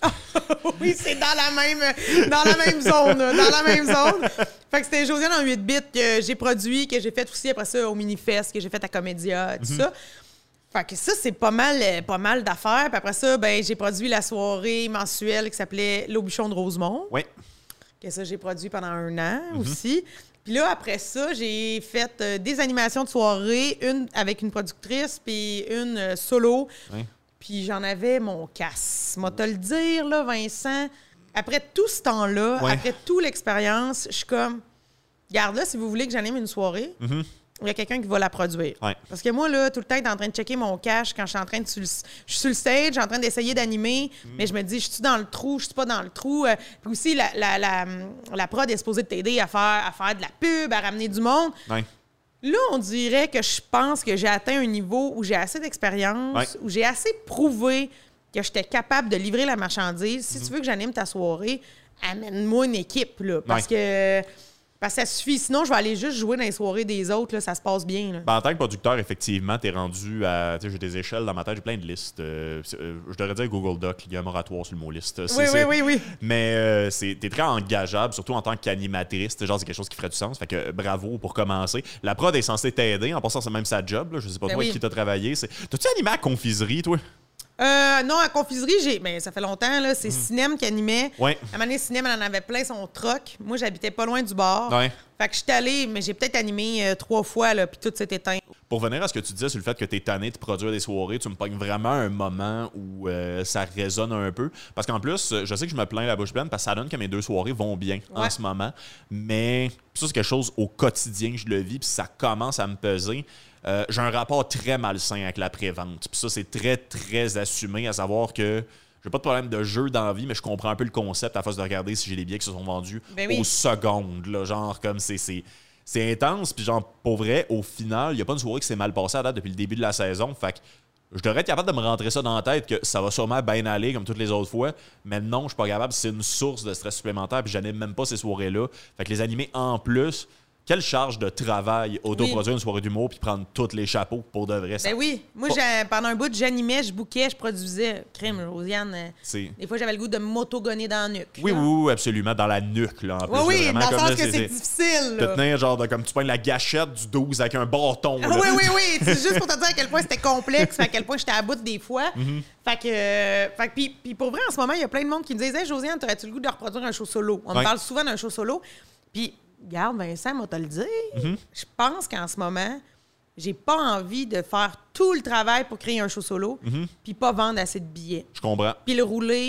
Oui, c'est dans la même dans la même zone, dans la même zone. Fait que c'était Josiane en huit bits que j'ai produit, que j'ai fait aussi après ça au Minifest, que j'ai fait à Comédia, tout mm-hmm. ça. Fait que ça, c'est pas mal, pas mal d'affaires. Puis après ça, ben, j'ai produit la soirée mensuelle qui s'appelait L'Aubuchon de Rosemont. Oui. Que ça, j'ai produit pendant un an mm-hmm. aussi. Puis là, après ça, j'ai fait euh, des animations de soirée, une avec une productrice, puis une euh, solo. Oui. Puis j'en avais mon casse. Moi, te le dire, là, Vincent, après tout ce temps-là, oui. après toute l'expérience, je suis comme, regarde là, si vous voulez que j'anime une soirée, mm-hmm. il y a quelqu'un qui va la produire. Ouais. Parce que moi, là, tout le temps, je suis en train de checker mon cash quand je suis en train de... Je suis sur le stage, je suis en train d'essayer d'animer, mm. mais je me dis, je suis dans le trou, je suis pas dans le trou. Euh, puis aussi, la, la, la, la prod est supposée t'aider à faire, à faire de la pub, à ramener du monde. Ouais. Là, on dirait que je pense que j'ai atteint un niveau où j'ai assez d'expérience, ouais. où j'ai assez prouvé que j'étais capable de livrer la marchandise. Si mm. tu veux que j'anime ta soirée, amène-moi une équipe, là, parce ouais. que... Parce que ça suffit. Sinon, je vais aller juste jouer dans les soirées des autres. Là, ça se passe bien. Là. Ben, en tant que producteur, effectivement, t'es rendu à... Tu sais, j'ai des échelles dans ma tête. J'ai plein de listes. Euh, euh, je devrais dire Google Doc. Il y a un moratoire sur le mot liste. C'est, oui, c'est... oui, oui, oui. Mais euh, c'est, t'es très engageable, surtout en tant qu'animatrice. Genre, c'est quelque chose qui ferait du sens. Fait que bravo pour commencer. La prod est censée t'aider. En passant, c'est même sa job. Là. Je sais pas ben toi oui. qui t'as travaillé. C'est... T'as-tu animé à Confiserie, toi? Euh, non, à Confiserie, j'ai. Ben, ça fait longtemps, là. C'est mmh. Cinem qui animait. Ouais. À un moment donné, Cinem, elle en avait plein son troc. Moi, j'habitais pas loin du bar. Ouais. Fait que je suis allée, mais j'ai peut-être animé euh, trois fois, là, puis tout s'est éteint. Pour venir à ce que tu disais sur le fait que tu es tanné de produire des soirées, tu me pognes vraiment un moment où euh, ça résonne un peu. Parce qu'en plus, je sais que je me plains la bouche pleine parce que ça donne que mes deux soirées vont bien ouais. en ce moment. Mais ça, c'est quelque chose au quotidien que je le vis, puis ça commence à me peser. Euh, j'ai un rapport très malsain avec la pré-vente. Puis ça, c'est très, très assumé, à savoir que j'ai pas de problème de jeu dans la vie, mais je comprends un peu le concept à force de regarder si j'ai des billets qui se sont vendus ben oui. aux secondes. Là, genre, comme c'est, c'est, c'est intense. Puis genre, pour vrai, au final, il n'y a pas une soirée qui s'est mal passée à date depuis le début de la saison. Fait que je devrais être capable de me rentrer ça dans la tête que ça va sûrement bien aller comme toutes les autres fois. Mais non, je suis pas capable. C'est une source de stress supplémentaire. Puis j'anime même pas ces soirées-là. Fait que les animer en plus... Quelle charge de travail autoproduire oui. une soirée d'humour puis prendre tous les chapeaux pour de vrai. Ça... Ben oui. Moi, j'ai, pendant un bout, j'animais, je bouquais, je produisais. Crème, Josiane. C'est... Des fois, j'avais le goût de m'auto-gonner dans la nuque. Oui, oui, oui, absolument. Dans la nuque, là. En plus, oui, oui, là, dans le sens là, que c'est, c'est difficile. De tenir, genre, de, comme tu pognes la gâchette du douze avec un bâton. Là. Oui, oui, oui. C'est juste pour te dire à quel point c'était complexe, à quel point j'étais à bout des fois. Mm-hmm. Fait que, euh, fait que puis, puis pour vrai, en ce moment, il y a plein de monde qui me disent hey, Josiane, t'aurais-tu le goût de reproduire un show solo? On ouais. me parle souvent d'un show solo. Puis, regarde, Vincent, moi, te le dire. Mm-hmm. Je pense qu'en ce moment, j'ai pas envie de faire tout le travail pour créer un show solo, mm-hmm. puis pas vendre assez de billets. Je comprends. Puis le rouler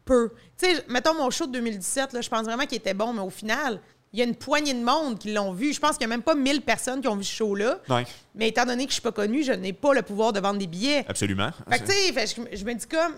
peu. Tu sais, mettons mon show de deux mille dix-sept, là, je pense vraiment qu'il était bon, mais au final, il y a une poignée de monde qui l'ont vu. Je pense qu'il n'y a même pas mille personnes qui ont vu ce show-là. Ouais. Mais étant donné que je suis pas connue, je n'ai pas le pouvoir de vendre des billets. Absolument. Fait que, tu sais, fait, je, je me dis comme...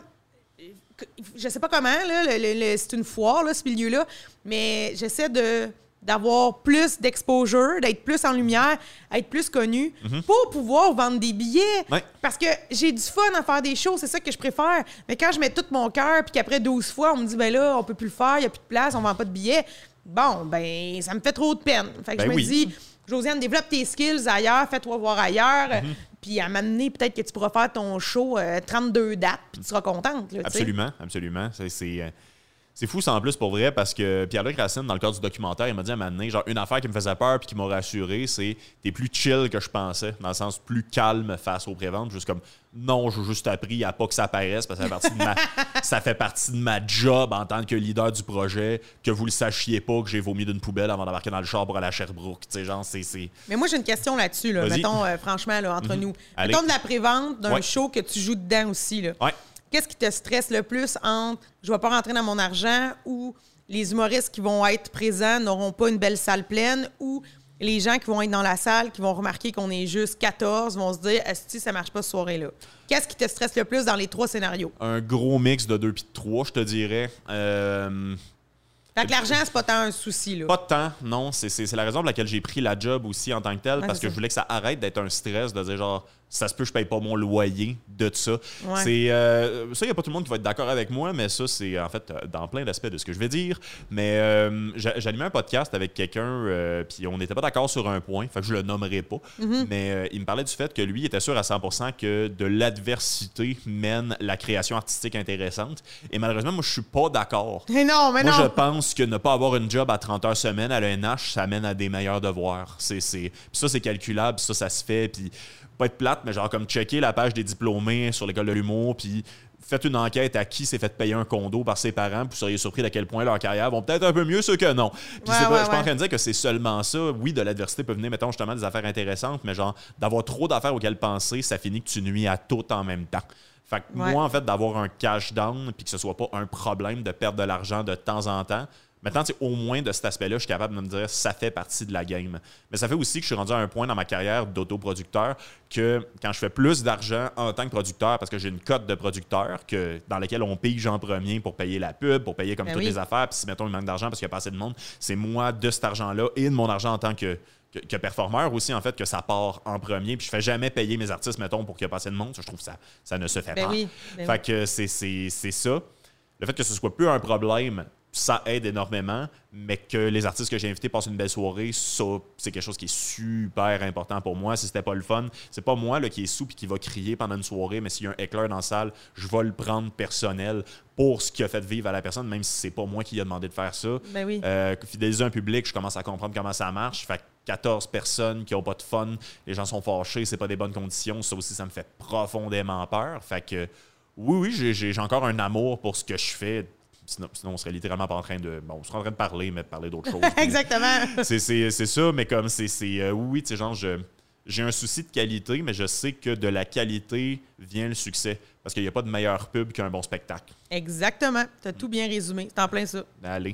Je sais pas comment, là, le, le, le, c'est une foire, là, ce milieu-là, mais j'essaie de... d'avoir plus d'exposure, d'être plus en lumière, être plus connu mm-hmm. pour pouvoir vendre des billets. Ouais. Parce que j'ai du fun à faire des shows, c'est ça que je préfère. Mais quand je mets tout mon cœur puis qu'après douze fois, on me dit, ben là, on peut plus le faire, il n'y a plus de place, on vend pas de billets, bon, ben ça me fait trop de peine. Fait que ben je me oui. dis, Josiane, développe tes skills ailleurs, fais-toi voir ailleurs. Mm-hmm. Puis à m'amener, peut-être que tu pourras faire ton show euh, trente-deux dates, puis tu seras contente. Là, absolument, t'sais. absolument. C'est... c'est euh... C'est fou, ça, en plus, pour vrai, parce que Pierre-Luc Racine, dans le cadre du documentaire, il m'a dit à un moment donné, genre, une affaire qui me faisait peur puis qui m'a rassuré, c'est t'es plus chill que je pensais, dans le sens plus calme face aux préventes. Juste comme, non, j'ai juste appris à pas que ça paraisse, parce que ça fait partie de ma, ça fait partie de ma job en tant que leader du projet, que vous le sachiez pas que j'ai vomi d'une poubelle avant d'embarquer dans le char pour aller à Sherbrooke. Tu sais, genre, c'est, c'est... Mais moi, j'ai une question là-dessus, là. Mettons, euh, franchement, là, entre mm-hmm. nous. Allez. Mettons de la prévente d'un ouais. show que tu joues dedans aussi, là. Ouais. Qu'est-ce qui te stresse le plus entre je vais pas rentrer dans mon argent ou les humoristes qui vont être présents n'auront pas une belle salle pleine ou les gens qui vont être dans la salle, qui vont remarquer qu'on est juste quatorze, vont se dire « Asti, ça marche pas cette soirée-là ». Qu'est-ce qui te stresse le plus dans les trois scénarios? Un gros mix de deux puis de trois, je te dirais. Euh... Fait que l'argent, c'est pas tant un souci, là. Pas de temps, non. C'est, c'est, c'est la raison pour laquelle j'ai pris la job aussi en tant que tel, ouais, parce que ça. je voulais que ça arrête d'être un stress, de dire genre, ça se peut, je paye pas mon loyer de ça. Ouais. C'est, euh, ça, il n'y a pas tout le monde qui va être d'accord avec moi, mais ça, c'est en fait dans plein d'aspects de ce que je vais dire. Mais euh, j'animais un podcast avec quelqu'un, euh, puis on n'était pas d'accord sur un point, fait que je le nommerai pas. Mm-hmm. Mais euh, il me parlait du fait que lui était sûr à cent pour cent que de l'adversité mène la création artistique intéressante. Et malheureusement, moi, je suis pas d'accord. Mais non, mais moi, non. je pense que ne pas avoir une job à trente heures semaine à l'E N H, ça mène à des meilleurs devoirs. C'est, c'est... Puis ça, c'est calculable, ça, ça se fait. Puis pas être plate, mais genre comme checker la page des diplômés sur l'école de l'humour, puis faites une enquête à qui s'est fait payer un condo par ses parents, puis vous seriez surpris d'à quel point leur carrière vont peut-être un peu mieux ceux que non. Puis ouais, c'est ouais, pas, ouais. je suis pas en train de dire que c'est seulement ça. Oui, de l'adversité peut venir, mettons, justement, des affaires intéressantes, mais genre d'avoir trop d'affaires auxquelles penser, ça finit que tu nuis à tout en même temps. Fait que ouais. moi, en fait, d'avoir un cash down, puis que ce soit pas un problème de perdre de l'argent de temps en temps, maintenant, au moins de cet aspect-là, je suis capable de me dire ça fait partie de la game. Mais ça fait aussi que je suis rendu à un point dans ma carrière d'autoproducteur que quand je fais plus d'argent en tant que producteur, parce que j'ai une cote de producteur que, dans laquelle on pige en premier pour payer la pub, pour payer comme ben toutes oui. les affaires, puis si, mettons, il manque d'argent parce qu'il n'y a pas assez de monde, c'est moi de cet argent-là et de mon argent en tant que, que, que performeur aussi, en fait, que ça part en premier. Puis je fais jamais payer mes artistes, mettons, pour qu'il n'y ait pas assez de monde. Ça, je trouve que ça, ça ne se fait ben pas. Oui. Ben fait oui. que c'est, c'est, c'est ça. Le fait que ce soit plus un problème, ça aide énormément, mais que les artistes que j'ai invités passent une belle soirée, ça, c'est quelque chose qui est super important pour moi. Si c'était pas le fun, c'est pas moi là, qui est sous et qui va crier pendant une soirée, mais s'il y a un heckler dans la salle, je vais le prendre personnel pour ce qui a fait vivre à la personne, même si c'est pas moi qui lui ai demandé de faire ça. Ben oui. euh, fidéliser un public, je commence à comprendre comment ça marche. Fait que quatorze personnes qui n'ont pas de fun, les gens sont fâchés, c'est pas des bonnes conditions. Ça aussi, ça me fait profondément peur. Fait que oui, oui, j'ai, j'ai encore un amour pour ce que je fais. Sinon, sinon, on serait littéralement pas en train de... Bon, on serait en train de parler, mais de parler d'autres choses. Exactement. C'est, c'est, c'est ça, mais comme c'est... c'est euh, oui, tu sais, genre, je, j'ai un souci de qualité, mais je sais que de la qualité vient le succès. Parce qu'il n'y a pas de meilleure pub qu'un bon spectacle. Exactement. Tu as tout bien résumé. C'est en plein ça. Allez.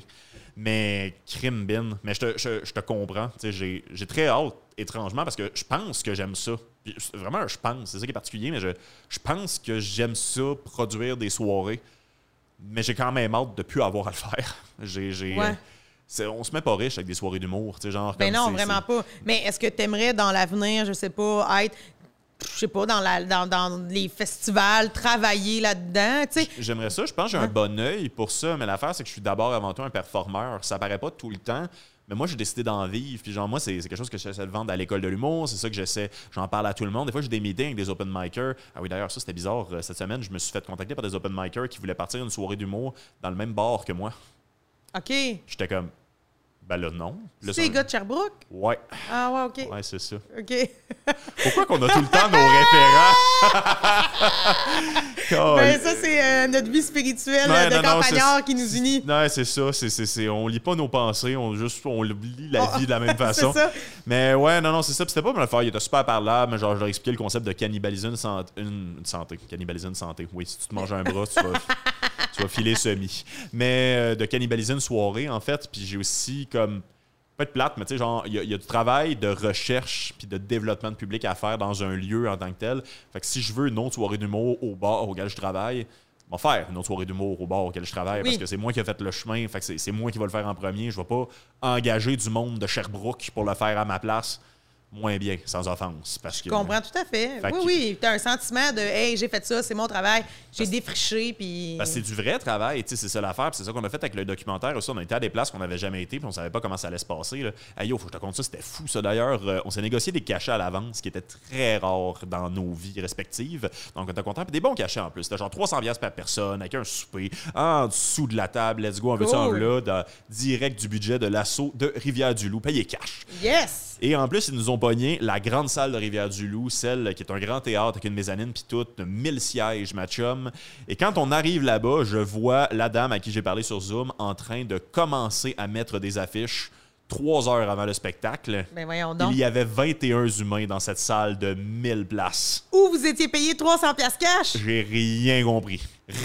Mais, crime bin. Mais je te, je, je te comprends. Tu sais, j'ai, j'ai très hâte, étrangement, parce que je pense que j'aime ça. Puis, vraiment, je pense. C'est ça qui est particulier, mais je, je pense que j'aime ça, produire des soirées. Mais j'ai quand même hâte de ne plus avoir à le faire. J'ai, j'ai, ouais. c'est, on se met pas riche avec des soirées d'humour. Genre, ben non, c'est, vraiment c'est... pas. Mais est-ce que tu aimerais, dans l'avenir, je sais pas, être, je sais pas, dans, la, dans, dans les festivals, travailler là-dedans? T'sais? J'aimerais ça. Je pense que j'ai un bon œil pour ça. Mais l'affaire, c'est que je suis d'abord avant tout un performeur. Ça paraît pas tout le temps. Mais moi, j'ai décidé d'en vivre. Puis genre, moi, c'est, c'est quelque chose que j'essaie de vendre à l'école de l'humour. C'est ça que j'essaie. J'en parle à tout le monde. Des fois, j'ai des meetings avec des open micers. Ah oui, d'ailleurs, ça, c'était bizarre. Cette semaine, je me suis fait contacter par des open micers qui voulaient partir une soirée d'humour dans le même bar que moi. OK. J'étais comme, ben là, non. Là, c'est les gars de Sherbrooke? Ouais. Ah ouais, OK. Ouais, c'est ça. OK. Pourquoi qu'on a tout le temps nos référents? Ben ça, c'est euh, notre vie spirituelle ouais, de non, campagnard non, qui nous unit. Non, c'est ça. C'est, c'est, c'est, on lit pas nos pensées, on, juste, on lit la vie de la même façon. C'est ça. Mais ouais, non, non, c'est ça. Puis c'était pas pour le faire. Il était super parlable, mais genre, je leur expliquais le concept de cannibaliser une, sant- une, une santé. Cannibaliser une santé. Oui, si tu te manges un bras, tu vas... tu vas filer semi. Mais euh, de cannibaliser une soirée, en fait, puis j'ai aussi comme... Pas être plate, mais tu sais, genre, il y, y a du travail de recherche puis de développement de public à faire dans un lieu en tant que tel. Fait que si je veux une autre soirée d'humour au bar auquel je travaille, je vais faire une autre soirée d'humour au bar auquel je travaille oui. parce que c'est moi qui ai fait le chemin. Fait que c'est, c'est moi qui vais le faire en premier. Je vais pas engager du monde de Sherbrooke pour le faire à ma place. Moins bien, sans offense. Parce je que, comprends tout à fait. fait oui, que, oui. Tu as un sentiment de « Hey, j'ai fait ça, c'est mon travail, j'ai défriché. » puis Parce que c'est du vrai travail, c'est ça l'affaire. C'est ça qu'on a fait avec le documentaire aussi. On a été à des places qu'on n'avait jamais été puis on savait pas comment ça allait se passer. Là. Hey, yo, faut que je te compte ça, c'était fou ça d'ailleurs. Euh, on s'est négocié des cachets à l'avance, ce qui était très rare dans nos vies respectives. Donc on était content. Puis des bons cachets en plus. C'était genre trois cents dollars par personne, avec un souper, en dessous de la table. Let's go, on veut ça en là, de, direct du budget de l'assaut de Rivière-du-Loup, payé cash. Yes! Et en plus, ils nous ont pogné la grande salle de Rivière-du-Loup, celle qui est un grand théâtre avec une mezzanine puis tout, mille sièges, ma chum. Et quand on arrive là-bas, je vois la dame à qui j'ai parlé sur Zoom en train de commencer à mettre des affiches trois heures avant le spectacle. Ben voyons donc. Il y avait vingt et un humains dans cette salle de mille places. Où vous étiez payé trois cents dollars cash? J'ai rien compris.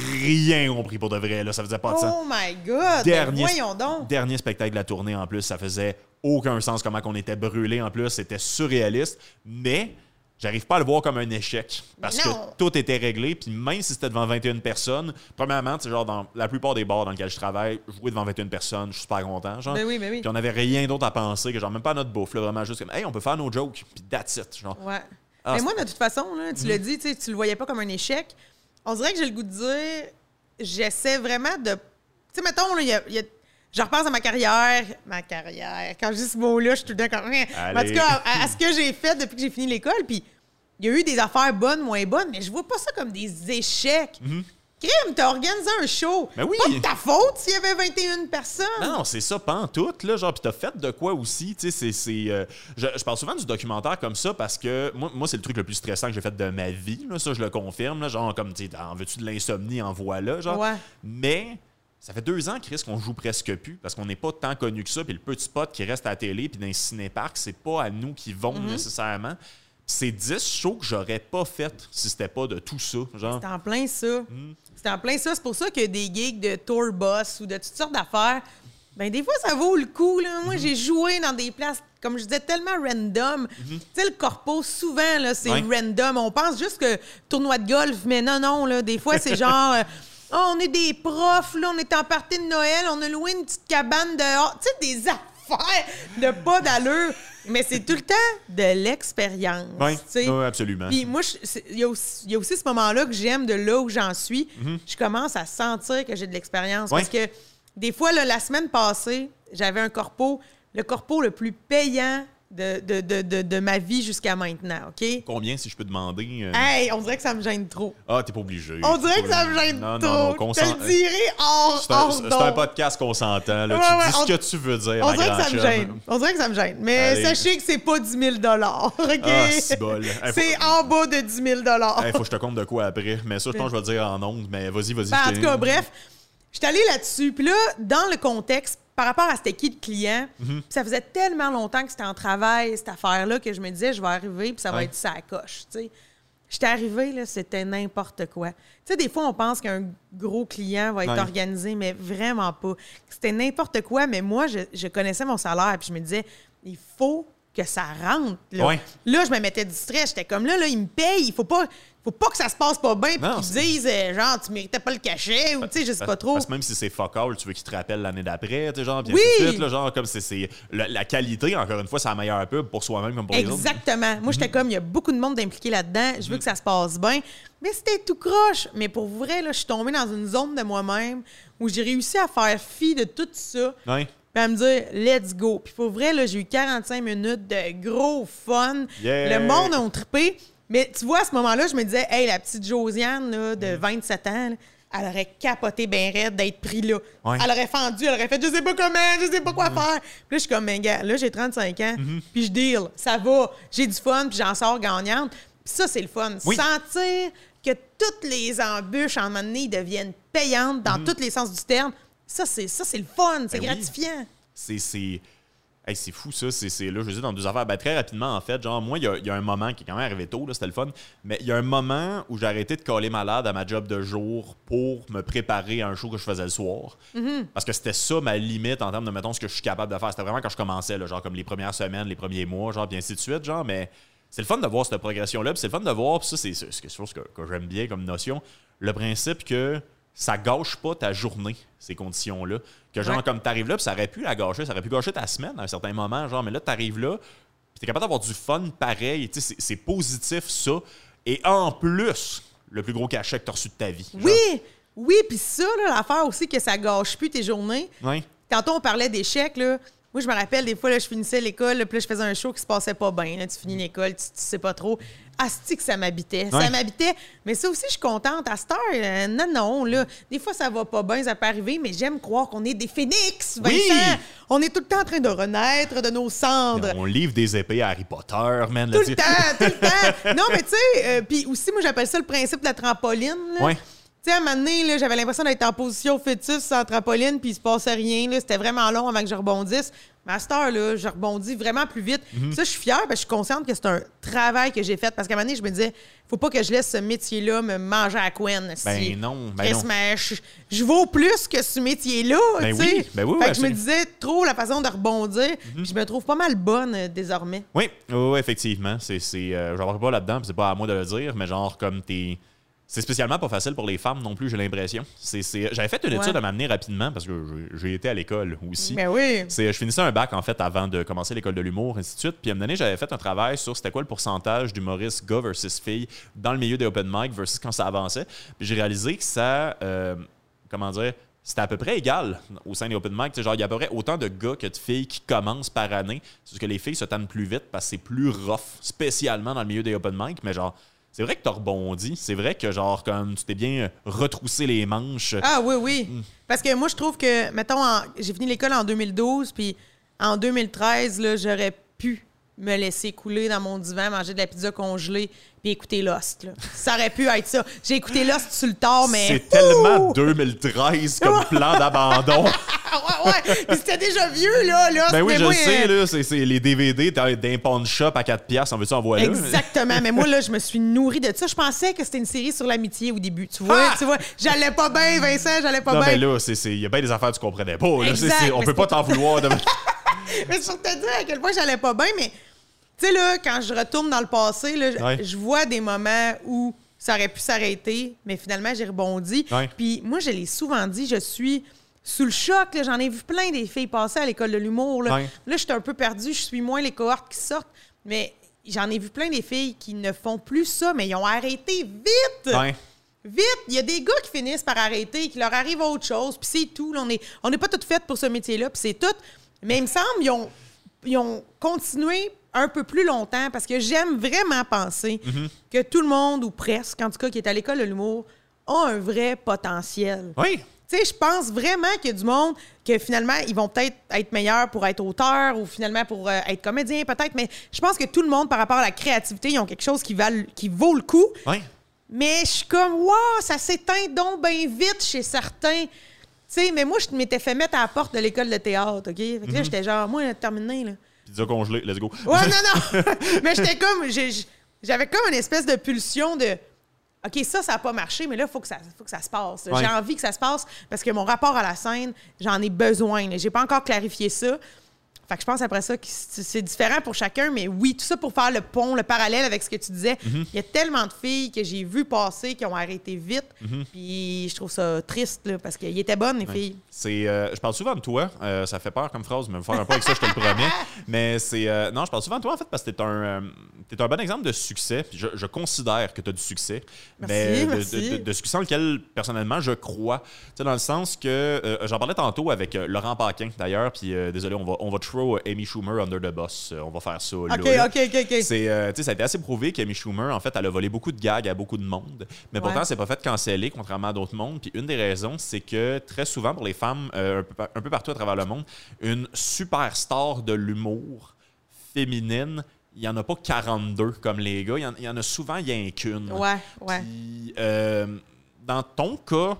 Rien compris pour de vrai, là. Ça faisait pas de sens. Oh my God! Dernier, ben voyons donc. Dernier spectacle de la tournée, en plus, ça faisait aucun sens comment on était brûlés, en plus. C'était surréaliste. Mais j'arrive pas à le voir comme un échec. Parce que tout était réglé. Puis même si c'était devant vingt et une personnes, premièrement, genre dans la plupart des bars dans lesquels je travaille, jouer devant vingt et une personnes, je suis super content. Genre. Ben oui, ben oui. Puis on avait rien d'autre à penser que genre même pas à notre bouffe. Là, vraiment juste comme, hey, on peut faire nos jokes. Puis that's it. Genre. Ouais. Ah, mais moi, de toute façon, là, tu mm-hmm. l'as dit, tu le voyais pas comme un échec. On dirait que j'ai le goût de dire, j'essaie vraiment de. Tu sais, mettons, il y a. Y a je repense à ma carrière. Ma carrière. Quand je dis ce mot-là, je suis tout le temps comme. Mais en tout cas, à, à ce que j'ai fait depuis que j'ai fini l'école. Puis il y a eu des affaires bonnes, moins bonnes, mais je vois pas ça comme des échecs. Mm-hmm. Crime, t'as organisé un show. Ben oui. Pas de ta faute s'il y avait vingt et une personnes. Non, c'est ça, pas en tout, là. Genre, puis t'as fait de quoi aussi, tu sais, c'est... c'est euh, je, je parle souvent du documentaire comme ça parce que moi, moi c'est le truc le plus stressant que j'ai fait de ma vie, là. Ça, je le confirme, là. Genre, comme, tu sais, en veux-tu de l'insomnie, en voilà, genre. Ouais. Mais... ça fait deux ans, Chris, qu'on joue presque plus parce qu'on n'est pas tant connu que ça. Puis le petit spot qui reste à la télé puis dans les cinéparcs, c'est pas à nous qui vont mm-hmm. nécessairement. C'est dix shows que j'aurais pas fait si c'était pas de tout ça. Genre. C'est en plein ça. Mm. C'est en plein ça. C'est pour ça que des gigs de tour bus ou de toutes sortes d'affaires, ben des fois, ça vaut le coup. Là. Moi, mm-hmm. j'ai joué dans des places, comme je disais, tellement random. Mm-hmm. Tu sais, le corpo, souvent, là, c'est ouais. random. On pense juste que tournoi de golf, mais non, non. Là, des fois, c'est genre... Oh, on est des profs, là, on est en partie de Noël, on a loué une petite cabane dehors. Tu sais, des affaires de pas d'allure. Mais c'est tout le temps de l'expérience. Oui, oui, absolument. Puis moi, il y, y a aussi ce moment-là que j'aime de là où j'en suis. Mm-hmm. Je commence à sentir que j'ai de l'expérience. Oui. Parce que des fois, là, la semaine passée, j'avais un corpo, le corpo le plus payant de, de, de, de, de ma vie jusqu'à maintenant, OK? Combien, si je peux demander? Euh... Hey, on dirait que ça me gêne trop. Ah, t'es pas obligé. On dirait que ça me gêne non, trop. Non, non, consent... Je te le dirai hors, c'est, un, hors c'est un podcast qu'on s'entend. Là. Ouais, tu ouais, dis on... ce que tu veux dire, on ma dirait que ça me gêne. On dirait que ça me gêne. Mais allez. Sachez que c'est pas dix mille dollars, OK? Ah, c'est bol. Hey, c'est faut... en bas de dix mille dollars. Il hey, faut que je te compte de quoi après. Mais ça, je pense que je vais le dire en ondes. Mais vas-y, vas-y. Ben, en tout cas, bref, je suis allée là-dessus. Puis là, dans le contexte, par rapport à c'était qui le client, mm-hmm. ça faisait tellement longtemps que c'était en travail, cette affaire-là, que je me disais, je vais arriver, puis ça va ouais. être ça coche, tu sais. J'étais arrivée, là, c'était n'importe quoi. Tu sais, des fois, on pense qu'un gros client va être ouais. organisé, mais vraiment pas. C'était n'importe quoi, mais moi, je, je connaissais mon salaire, puis je me disais, il faut que ça rentre. Là, ouais. là je me mettais du stress. J'étais comme, là, là il me paye, il faut pas... faut pas que ça se passe pas bien puis qu'ils disent euh, genre tu méritais pas le cachet ou tu sais je sais pas trop. Parce que même si c'est fuck all, tu veux qu'ils te rappellent l'année d'après, tu sais genre bien oui! tout de suite là, genre comme c'est, c'est la, la qualité encore une fois c'est la meilleure pub pour soi-même comme pour les autres. Exactement. Moi j'étais mm-hmm. comme il y a beaucoup de monde d'impliqué là-dedans, je veux mm-hmm. que ça se passe bien, mais c'était tout croche. Mais pour vrai là, je suis tombée dans une zone de moi-même où j'ai réussi à faire fi de tout ça. Ouais. Puis à me dire, let's go. Puis pour vrai, là, j'ai eu quarante-cinq minutes de gros fun. Yeah. Le monde a trippé. Mais tu vois, à ce moment-là, je me disais, hey, la petite Josiane là, de vingt-sept ans, là, elle aurait capoté bien raide d'être pris là. Ouais. Elle aurait fendu, elle aurait fait, je sais pas comment, je sais pas quoi mm-hmm. faire. Puis là, je suis comme, ben, gars, là, j'ai trente-cinq ans, mm-hmm. puis je deal. Ça va, j'ai du fun, puis j'en sors gagnante. Puis ça, c'est le fun. Oui. Sentir que toutes les embûches, en un moment donné, deviennent payantes dans mm-hmm. tous les sens du terme. Ça, c'est, ça, c'est le fun, c'est ben gratifiant. Oui. C'est, c'est... Hey, c'est fou, ça. C'est, c'est, là, je veux dire, dans deux affaires. Ben, très rapidement, en fait, genre, moi, il y, y a un moment qui est quand même arrivé tôt, là, c'était le fun, mais il y a un moment où j'ai arrêté de coller malade à ma job de jour pour me préparer à un show que je faisais le soir. Mm-hmm. Parce que c'était ça, ma limite, en termes de, mettons, ce que je suis capable de faire. C'était vraiment quand je commençais, là, genre, comme les premières semaines, les premiers mois, genre, puis ainsi de suite, genre, mais c'est le fun de voir cette progression-là, puis c'est le fun de voir, puis ça, c'est, c'est quelque chose que, que j'aime bien comme notion, le principe que ça gâche pas ta journée, ces conditions-là. Que genre, ouais. comme t'arrives là, puis ça aurait pu la gâcher, ça aurait pu gâcher ta semaine à un certain moment, genre, mais là, t'arrives là, puis t'es capable d'avoir du fun pareil, tu sais, c'est, c'est positif, ça. Et en plus, le plus gros cachet que t'as reçu de ta vie. Genre. Oui, oui, puis ça, là, l'affaire aussi que ça gâche plus tes journées. Oui. Tantôt, on parlait d'échecs, là. Moi, je me rappelle, des fois, là, je finissais l'école, là, puis là, je faisais un show qui se passait pas bien. Là, tu finis l'école, tu, tu sais pas trop. Asti que ça m'habitait. Ouais. Ça m'habitait. Mais ça aussi, je suis contente. À cette heure, euh, non, non, là. Des fois, ça va pas bien, ça peut arriver, mais j'aime croire qu'on est des phénix, Vincent. Oui! On est tout le temps en train de renaître de nos cendres. On livre des épées à Harry Potter, man. Tout le temps, tout le temps. Non, mais tu sais, euh, puis aussi, moi, j'appelle ça le principe de la trampoline. Là. Ouais. Tu sais, à un moment donné, là, j'avais l'impression d'être en position fœtus sans trampoline, puis il se passait rien. Là. C'était vraiment long avant que je rebondisse. Mais à cette heure-là, je rebondis vraiment plus vite. Mm-hmm. Ça, je suis fière, parce que je suis consciente que c'est un travail que j'ai fait. Parce qu'à un moment donné, je me disais, faut pas que je laisse ce métier-là me manger à la couenne. Ben si. non, ben non. Mais je, je vaux plus que ce métier-là, ben tu sais. Oui, ben oui, fait oui, que je me disais trop la façon de rebondir, mm-hmm. puis je me trouve pas mal bonne euh, désormais. Oui, oui, effectivement. C'est, c'est, euh, je n'embarque pas là-dedans, puis c'est pas à moi de le dire, mais genre, comme t'es... C'est spécialement pas facile pour les femmes non plus, j'ai l'impression. C'est, c'est... J'avais fait une étude ouais. à m'amener rapidement parce que j'ai été à l'école aussi. Mais oui. C'est, je finissais un bac, en fait, avant de commencer l'école de l'humour, ainsi de suite. Puis à un moment donné, j'avais fait un travail sur c'était quoi le pourcentage d'humoristes gars versus filles dans le milieu des open mic versus quand ça avançait. Puis j'ai réalisé que ça, euh, comment dire, c'était à peu près égal au sein des open mic. Genre, il y a à peu près autant de gars que de filles qui commencent par année. C'est juste que les filles se tannent plus vite parce que c'est plus rough, spécialement dans le milieu des open mic. Mais genre... C'est vrai que t'as rebondi. C'est vrai que, genre, comme tu t'es bien retroussé les manches. Ah oui, oui. Mm. Parce que moi, je trouve que, mettons, en, j'ai fini l'école en deux mille douze, puis en deux mille treize, là, j'aurais pu me laisser couler dans mon divan, manger de la pizza congelée, puis écouter Lost. Là. Ça aurait pu être ça. J'ai écouté Lost sur le tard, mais... C'est tellement deux mille treize comme plan d'abandon. ouais, ouais. Puis c'était déjà vieux, là. Lost, ben oui, je moi, le sais, euh... là. C'est, c'est les D V D d'un pawn shop à quatre piastres. On veut-tu en voir là? Exactement. Mais moi, là, je me suis nourrie de ça. Je pensais que c'était une série sur l'amitié au début. Tu vois? Ah! Tu vois? J'allais pas bien, Vincent. J'allais pas bien. Non, mais là, il y a bien des affaires que tu comprenais pas. Là. C'est, c'est, on peut pas t'en vouloir. De... mais sur te dire à quel point j'allais pas bien, mais... Tu sais, là, quand je retourne dans le passé, là, ouais. je vois des moments où ça aurait pu s'arrêter, mais finalement, j'ai rebondi. Ouais. Puis moi, je l'ai souvent dit, je suis sous le choc. Là, j'en ai vu plein des filles passer à l'école de l'humour. Là, ouais. là je suis un peu perdue, je suis moins les cohortes qui sortent, mais j'en ai vu plein des filles qui ne font plus ça, mais ils ont arrêté vite! Ouais. Vite! Il y a des gars qui finissent par arrêter, qui leur arrive autre chose, puis c'est tout. Là, on n'est on est pas toutes faites pour ce métier-là, puis c'est tout. Mais il me semble qu'ils ont, ils ont continué un peu plus longtemps, parce que j'aime vraiment penser mm-hmm. que tout le monde, ou presque, en tout cas, qui est à l'école de l'humour, a un vrai potentiel. Oui. Tu sais, je pense vraiment qu'il y a du monde que finalement, ils vont peut-être être meilleurs pour être auteurs ou finalement pour euh, être comédien, peut-être, mais je pense que tout le monde, par rapport à la créativité, ils ont quelque chose qui, val, qui vaut le coup. Oui. Mais je suis comme, wow, ça s'éteint donc bien vite chez certains. Tu sais, mais moi, je m'étais fait mettre à la porte de l'école de théâtre, OK? Fait que mm-hmm. là, j'étais genre, moi, terminé, là. Pizza congelée, let's go. Ouais, non, non. Mais j'étais comme, j'ai, j'avais comme une espèce de pulsion de, OK, ça, ça n'a pas marché, mais là, il faut que ça, faut que ça se passe. Ouais. J'ai envie que ça se passe parce que mon rapport à la scène, j'en ai besoin. J'ai pas encore clarifié ça. Fait que je pense après ça que c'est différent pour chacun, mais oui, tout ça pour faire le pont, le parallèle avec ce que tu disais. Mm-hmm. Il y a tellement de filles que j'ai vues passer qui ont arrêté vite, mm-hmm. puis je trouve ça triste, là, parce qu'elles étaient bonnes, les ouais. filles. C'est, euh, je parle souvent de toi, euh, ça fait peur comme phrase, mais me faire un peu avec ça, je te le promets. Mais c'est... Euh, non, je parle souvent de toi, en fait, parce que t'es un, euh, t'es un bon exemple de succès, puis je, je considère que tu as du succès. Merci, mais de, merci. De, de, de succès en lequel, personnellement, je crois. Tu sais, dans le sens que... Euh, j'en parlais tantôt avec euh, Laurent Paquin, d'ailleurs, puis euh, désolé, on va, on va throw Amy Schumer under the bus. On va faire ça là. OK, là. OK, OK, OK. C'est, euh, ça a été assez prouvé qu'Amy Schumer, en fait, elle a volé beaucoup de gags à beaucoup de monde. Mais pourtant, ouais. c'est pas fait canceller, contrairement à d'autres mondes. Puis une des raisons, c'est que très souvent, pour les femmes, euh, un, peu, un peu partout à travers le monde, une superstar de l'humour féminine, il n'y en a pas quarante-deux comme les gars. Il y en, il y en a souvent, il y en a qu'une. Ouais, ouais. Puis, euh, dans ton cas,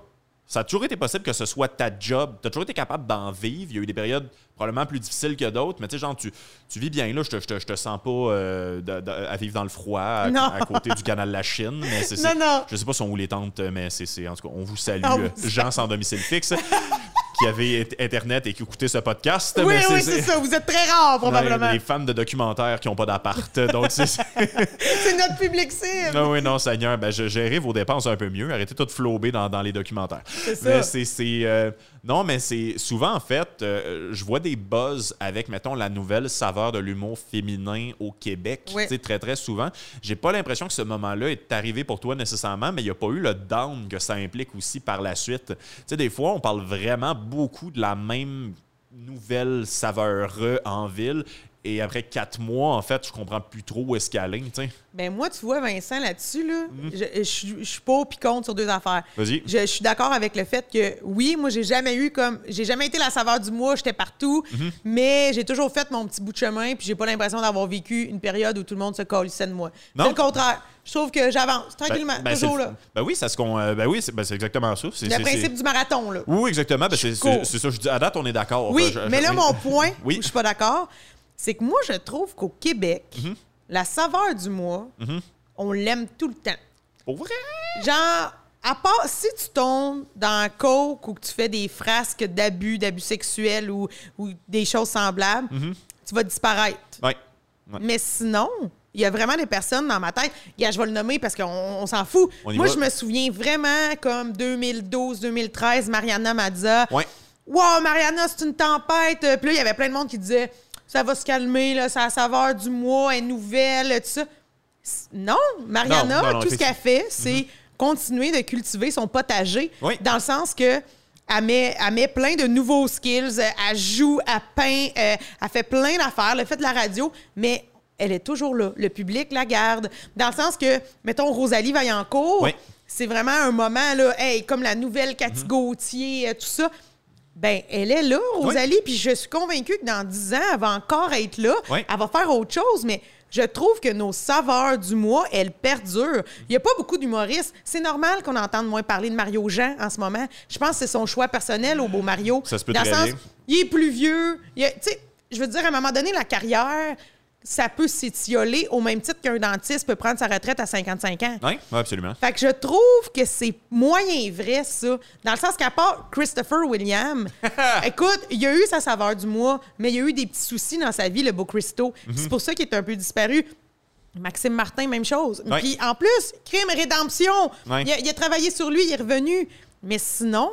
ça a toujours été possible que ce soit ta job. Tu as toujours été capable d'en vivre. Il y a eu des périodes probablement plus difficiles que d'autres, mais tu sais, genre, tu, tu vis bien là. Je te, je te, je te sens pas euh, de, de, à vivre dans le froid à, à côté du canal de la Chine. Mais c'est, non, non. Je sais pas sont où les tentes, mais c'est, c'est en tout cas, on vous salue, oh, euh, gens sans domicile fixe. Qui avaient Internet et qui écoutaient ce podcast. Oui, mais c'est, oui, c'est... c'est ça. Vous êtes très rares, probablement. Les fans de documentaires qui n'ont pas d'appart. Donc, c'est... c'est notre public cible. Non, oui, non, Seigneur. Ben, je gérais vos dépenses un peu mieux. Arrêtez tout de flober dans, dans les documentaires. C'est ça. Mais c'est... c'est euh... Non, mais c'est... Souvent, en fait, euh, je vois des buzz avec, mettons, la nouvelle saveur de l'humour féminin au Québec. Oui. Tu sais, très, très souvent. J'ai pas l'impression que ce moment-là est arrivé pour toi nécessairement, mais il n'y a pas eu le down que ça implique aussi par la suite. Tu sais, des fois, on parle vraiment beaucoup de la même nouvelle saveur en ville. Et après quatre mois, en fait, je comprends plus trop où est-ce qu'elle est, tu sais. Ben moi, tu vois, Vincent, là-dessus, là, mm. je, je, je suis pas puis contre sur deux affaires. Vas-y. Je, je suis d'accord avec le fait que, oui, moi, j'ai jamais eu comme... J'ai jamais été la saveur du mois, j'étais partout, mm-hmm. mais j'ai toujours fait mon petit bout de chemin, puis j'ai pas l'impression d'avoir vécu une période où tout le monde se colissait de moi. Non. C'est le contraire. Je trouve que j'avance tranquillement, ben, ben toujours là. Ben oui, c'est ce qu'on, euh, ben oui, c'est, ben c'est exactement ça. C'est le c'est, principe c'est... du marathon, là. Oui, exactement. Ben c'est, c'est, c'est ça. Je dis, à date, on est d'accord. Oui, je, mais je, là, oui. mon point oui. où je suis pas d'accord, c'est que moi, je trouve qu'au Québec, mm-hmm. la saveur du mois, mm-hmm. on l'aime tout le temps. Pour vrai? Genre, à part si tu tombes dans un coke ou que tu fais des frasques d'abus, d'abus sexuels ou, ou des choses semblables, mm-hmm. tu vas disparaître. Oui. Ouais. Mais sinon... Il y a vraiment des personnes dans ma tête. Yeah, je vais le nommer parce qu'on on s'en fout. Moi, va. Je me souviens vraiment comme deux mille douze deux mille treize, Mariana Mazza. Ouais. Wow, Mariana, c'est une tempête. Puis là, il y avait plein de monde qui disait ça va se calmer, là, c'est la saveur du mois, elle est nouvelle, tout ça. Non, Mariana, non, non, non, tout ce qu'elle fait, c'est mm-hmm. continuer de cultiver son potager. Oui. Dans le sens que. Elle met, elle met plein de nouveaux skills. Elle joue, elle peint, euh, elle fait plein d'affaires. Elle fait de la radio, mais. Elle est toujours là. Le public la garde. Dans le sens que, mettons, Rosalie Vaillancourt, oui. c'est vraiment un moment, là, hey, comme la nouvelle Cathy mm-hmm. Gauthier, tout ça. Ben, elle est là, Rosalie, oui. puis je suis convaincue que dans dix ans, elle va encore être là. Oui. Elle va faire autre chose, mais je trouve que nos saveurs du mois, elles perdurent. Il n'y a pas beaucoup d'humoristes. C'est normal qu'on entende moins parler de Mario Jean en ce moment. Je pense que c'est son choix personnel au beau Mario. Ça se peut dans très le sens, bien. Il est plus vieux. Tu sais, je veux dire, à un moment donné, la carrière... ça peut s'étioler au même titre qu'un dentiste peut prendre sa retraite à cinquante-cinq ans. Oui, absolument. Fait que je trouve que c'est moyen vrai, ça. Dans le sens qu'à part Christopher Williams, écoute, il a eu sa saveur du mois, mais il y a eu des petits soucis dans sa vie, le beau Christo. Mm-hmm. C'est pour ça qu'il est un peu disparu. Maxime Martin, même chose. Oui. Puis en plus, Crime Rédemption, oui. il, a, il a travaillé sur lui, il est revenu. Mais sinon...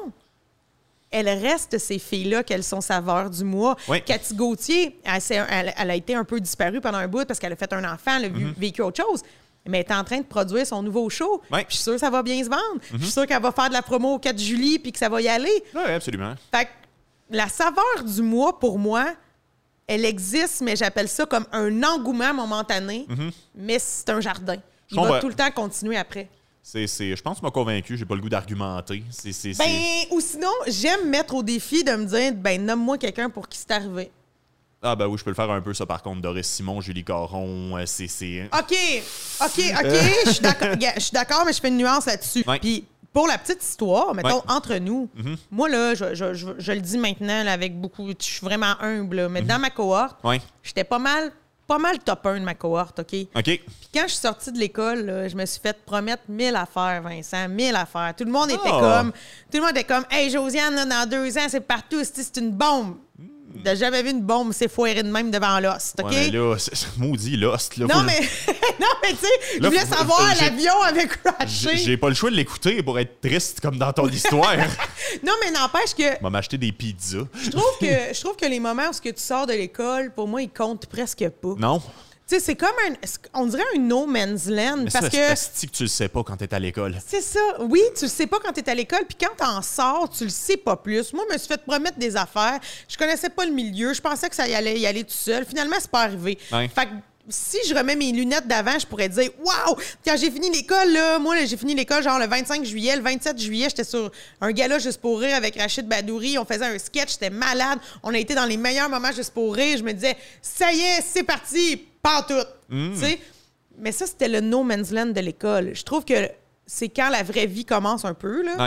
elle reste ces filles-là qu'elles sont saveurs du mois. Oui. Cathy Gauthier, elle, elle, elle a été un peu disparue pendant un bout parce qu'elle a fait un enfant, elle a mm-hmm. vécu autre chose. Mais elle est en train de produire son nouveau show. Oui. Puis je suis sûre que ça va bien se vendre. Mm-hmm. Je suis sûre qu'elle va faire de la promo au quatre juillet puis que ça va y aller. Oui, absolument. Fait que la saveur du mois, pour moi, elle existe, mais j'appelle ça comme un engouement momentané. Mm-hmm. Mais c'est un jardin. Il va tout le temps continuer après. C'est, c'est, je pense que tu m'as convaincu, j'ai pas le goût d'argumenter. C'est, c'est, ben, c'est... ou sinon, j'aime mettre au défi de me dire, ben, nomme-moi quelqu'un pour qui c'est arrivé. Ah, ben oui, je peux le faire un peu, ça, par contre. Doris Simon, Julie Caron, euh, c'est, c'est... OK, OK, OK, je suis d'accord, je suis d'accord, mais je fais une nuance là-dessus. Ouais. Puis, pour la petite histoire, mettons, ouais. entre nous, mm-hmm. moi, là, je, je, je, je le dis maintenant là, avec beaucoup... Je suis vraiment humble, là, mais mm-hmm. dans ma cohorte, ouais. j'étais pas mal... pas mal top un de ma cohorte, OK? OK. Puis quand je suis sortie de l'école, là, je me suis fait promettre mille affaires, Vincent, mille affaires. Tout le monde était oh. comme... Tout le monde était comme, « Hey, Josiane, là, dans deux ans, c'est partout, c'est une bombe. » T'as jamais vu une bombe s'effoirer de même devant Lost, OK? Ouais, mais là, c'est, c'est maudit Lost. Là, non, mais, non, mais tu sais, je voulais faut, savoir j'ai, l'avion avec crashé. J'ai, j'ai pas le choix de l'écouter pour être triste comme dans ton histoire. Non, mais n'empêche que... On va m'acheter des pizzas. Je trouve que, je trouve que les moments où ce que tu sors de l'école, pour moi, ils comptent presque pas. Non. Tu sais, c'est comme un... On dirait un no man's land. Mais parce ça, que... c'est que tu le sais pas quand t'es à l'école. C'est ça. Oui, tu le sais pas quand t'es à l'école. Puis quand t'en sors, tu le sais pas plus. Moi, je me suis fait promettre des affaires. Je connaissais pas le milieu. Je pensais que ça y allait y aller tout seul. Finalement, c'est pas arrivé. Ouais. Fait que si je remets mes lunettes d'avant, je pourrais dire « Wow! Quand j'ai fini l'école, là, moi, là, j'ai fini l'école genre le vingt-cinq juillet. Le vingt-sept juillet, j'étais sur un gala Juste pour rire avec Rachid Badouri. On faisait un sketch. J'étais malade. On a été dans les meilleurs moments Juste pour rire. Je me disais « Ça y est, c'est parti! » Pas tout. Mm. Tu sais? Mais ça, c'était le no man's land de l'école. Je trouve que c'est quand la vraie vie commence un peu, là. Ouais.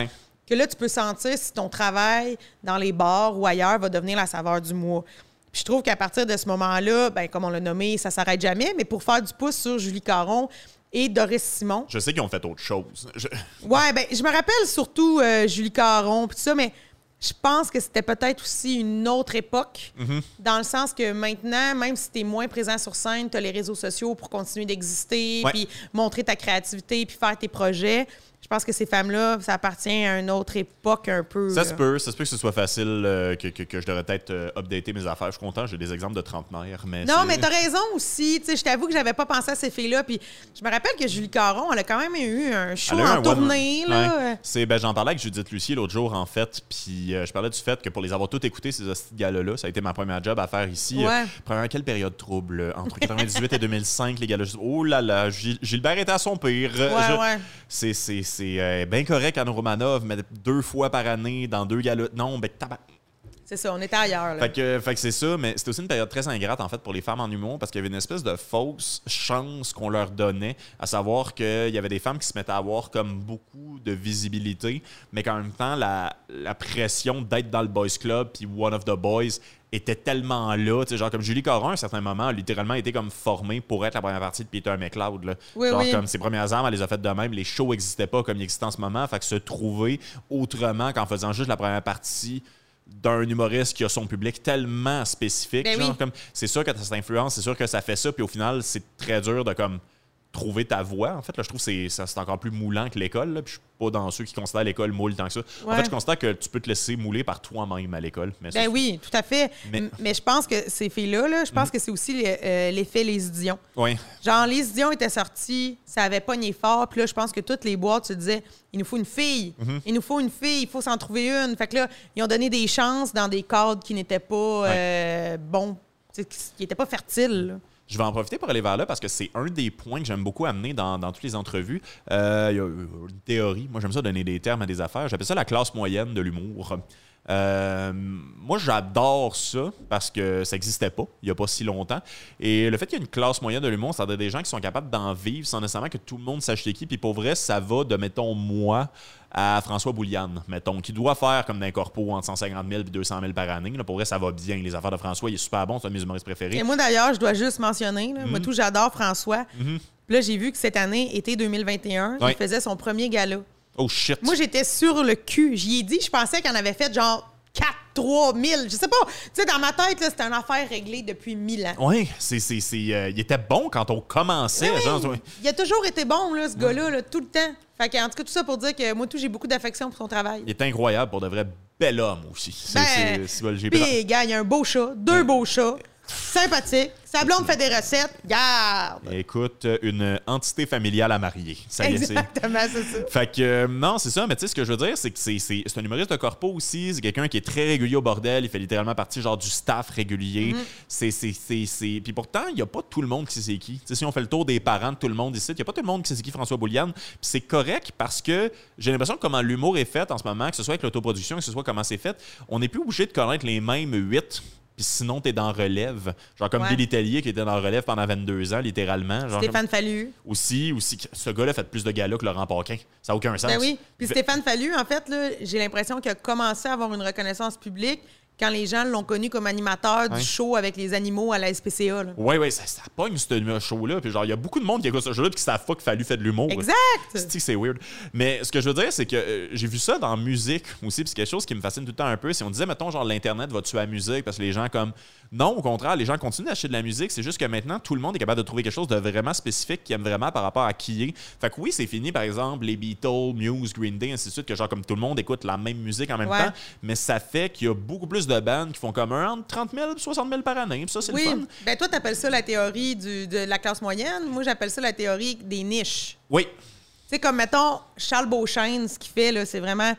que là, tu peux sentir si ton travail dans les bars ou ailleurs va devenir la saveur du mois. Puis je trouve qu'à partir de ce moment-là, ben comme on l'a nommé, ça s'arrête jamais, mais pour faire du pouce sur Julie Caron et Doris Simon. Je sais qu'ils ont fait autre chose. Je... Ouais, ben je me rappelle surtout euh, Julie Caron puis tout ça, mais je pense que c'était peut-être aussi une autre époque, mm-hmm. dans le sens que maintenant, même si tu es moins présent sur scène, tu as les réseaux sociaux pour continuer d'exister, ouais. puis montrer ta créativité, puis faire tes projets. Je pense que ces femmes-là, ça appartient à une autre époque un peu. Ça se peut, ça se peut que ce soit facile, euh, que, que, que je devrais peut-être euh, updater mes affaires. Je suis content, j'ai des exemples de trentenaires. Mais non, c'est... mais t'as raison aussi. Tu sais, je t'avoue que j'avais pas pensé à ces filles-là. Puis je me rappelle que Julie Caron, elle a quand même eu un show en un tournée. One... Là. Ouais. C'est, ben, j'en parlais avec Judith Lucier l'autre jour, en fait. Puis euh, je parlais du fait que pour les avoir toutes écoutées, ces hosties de galas-là, ça a été ma première job à faire ici. Ouais. Euh, première, quelle période trouble? Entre quatre-vingt-dix-huit et deux mille cinq, les galas. Oh là là, Gil- Gilbert était à son pire. Ouais, je... ouais. C'est, c'est, c'est euh, bien correct, Anne Romanoff, mais deux fois par année dans deux galas. Non, ben tabac. C'est ça, on était ailleurs. Là. Fait que, fait que c'est ça, mais c'était aussi une période très ingrate, en fait, pour les femmes en humour, parce qu'il y avait une espèce de fausse chance qu'on leur donnait, à savoir qu'il y avait des femmes qui se mettaient à avoir comme beaucoup de visibilité, mais qu'en même temps, la, la pression d'être dans le boys club puis one of the boys était tellement là. Tu sais, genre, comme Julie Caron, à un certain moment, a littéralement été comme formée pour être la première partie de Peter McLeod. Là. Oui, genre, oui. comme ses premières armes, elle les a faites de même. Les shows n'existaient pas comme ils existent en ce moment. Fait que se trouver autrement qu'en faisant juste la première partie d'un humoriste qui a son public tellement spécifique. Ben genre, oui. comme, c'est sûr que tu as cette influence, c'est sûr que ça fait ça, puis au final, c'est très dur de comme trouver ta voie. En fait, là, je trouve que c'est, ça, c'est encore plus moulant que l'école. Là, puis je suis pas dans ceux qui considèrent l'école moule tant que ça. Ouais. En fait, je considère que tu peux te laisser mouler par toi-même à l'école. Mais ça, ben oui, tout à fait. Mais, M- mais je pense que ces filles-là, là, je pense mm-hmm. que c'est aussi le, euh, l'effet Les Dion. Oui. Genre, Les Dion étaient sortis, ça avait pogné fort, puis là, je pense que toutes les boîtes se disaient il nous faut une fille, mm-hmm. il nous faut une fille, il faut s'en trouver une. Fait que là, ils ont donné des chances dans des cadres qui n'étaient pas ouais. euh, bons, qui n'étaient pas fertiles. Là. Je vais en profiter pour aller vers là parce que c'est un des points que j'aime beaucoup amener dans, dans toutes les entrevues. Euh, il y a une théorie. Moi, j'aime ça donner des termes à des affaires. J'appelle ça la classe moyenne de l'humour. Euh, moi, j'adore ça parce que ça n'existait pas il n'y a pas si longtemps. Et le fait qu'il y ait une classe moyenne de l'humour, c'est-à-dire des gens qui sont capables d'en vivre sans nécessairement que tout le monde sache qui. Puis pour vrai, ça va de, mettons, moi à François Bouliane, mettons, qui doit faire comme d'un corpo entre cent cinquante mille et deux cent mille par année. Là, pour vrai, ça va bien. Les affaires de François, il est super bon. C'est un de mes humoristes préférés. Et moi, d'ailleurs, je dois juste mentionner, là, mm-hmm. moi, tout, j'adore François. Mm-hmm. Puis là, j'ai vu que cette année, été deux mille vingt et un, ouais. il faisait son premier gala. Oh shit! Moi, j'étais sur le cul. J'y ai dit, je pensais qu'il en avait fait genre quatre, trois mille, je sais pas. Tu sais, dans ma tête, là, c'était une affaire réglée depuis mille ans. Oui, c'est, c'est, c'est, euh, il était bon quand on commençait. Oui, genre, oui. Il a toujours été bon, là, ce ouais. gars-là, là, tout le temps. Fait que, en tout cas, tout ça pour dire que moi, tout, j'ai beaucoup d'affection pour son travail. Il est incroyable, pour de vrai bel homme aussi. C'est, ben, c'est, c'est, c'est, puis, gars, il y a un beau chat, deux beaux chats. Sympathique. Sa blonde fait des recettes. Garde. Écoute, une entité familiale à marier. Ça Exactement, c'est ça. Fait que, euh, non, c'est ça. Mais tu sais, ce que je veux dire, c'est que c'est, c'est, c'est un humoriste de corpo aussi. C'est quelqu'un qui est très régulier au bordel. Il fait littéralement partie genre du staff régulier. Mm-hmm. C'est, c'est, c'est, c'est... Puis pourtant, il n'y a pas tout le monde qui sait c'est qui. T'sais, si on fait le tour des parents de tout le monde ici, il n'y a pas tout le monde qui sait c'est qui François Bouliane. Puis c'est correct parce que j'ai l'impression que comment l'humour est fait en ce moment, que ce soit avec l'autoproduction, que ce soit comment c'est fait, on n'est plus obligé de connaître les mêmes huit. Puis sinon, t'es dans relève. Genre comme ouais. Billy Tellier qui était dans relève pendant vingt-deux ans, littéralement. Genre Stéphane comme... Fallu. Aussi, aussi. Ce gars-là fait plus de galas que Laurent Paquin. Ça n'a aucun sens. Ben oui. Puis Stéphane Fallu, en fait, là, j'ai l'impression qu'il a commencé à avoir une reconnaissance publique quand les gens l'ont connu comme animateur ouais. du show avec les animaux à la S P C A. Oui, oui, ça, ça pogne ce show-là. Puis genre, il y a beaucoup de monde qui écoute ce show-là et qui savent pas qu'il Fallu fait de l'humour. Exact! C'est, c'est weird. Mais ce que je veux dire, c'est que euh, j'ai vu ça dans la musique aussi. Puis c'est quelque chose qui me fascine tout le temps un peu. Si on disait, mettons, genre, l'Internet va tuer la musique parce que les gens comme... Non, au contraire, les gens continuent d'acheter de la musique. C'est juste que maintenant, tout le monde est capable de trouver quelque chose de vraiment spécifique qui aime vraiment par rapport à qui il est. Fait que oui, c'est fini, par exemple, les Beatles, Muse, Green Day, ainsi de suite, que genre comme tout le monde écoute la même musique en même ouais. temps. Mais ça fait qu'il y a beaucoup plus de bandes qui font comme un entre trente mille et soixante mille par année. Puis ça, c'est oui. le fun. Ben toi, t'appelles ça la théorie du, de la classe moyenne. Moi, j'appelle ça la théorie des niches. Oui. Tu sais, comme, mettons, Charles Beauchesne, ce qu'il fait, là, c'est vraiment...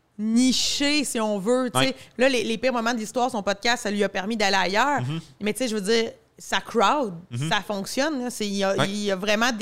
niché, si on veut. Ouais. Là, les, les pires moments de l'histoire, son podcast, ça lui a permis d'aller ailleurs. Mm-hmm. Mais tu sais, je veux dire, sa crowd, mm-hmm. ça fonctionne. Il y, ouais. y a vraiment des,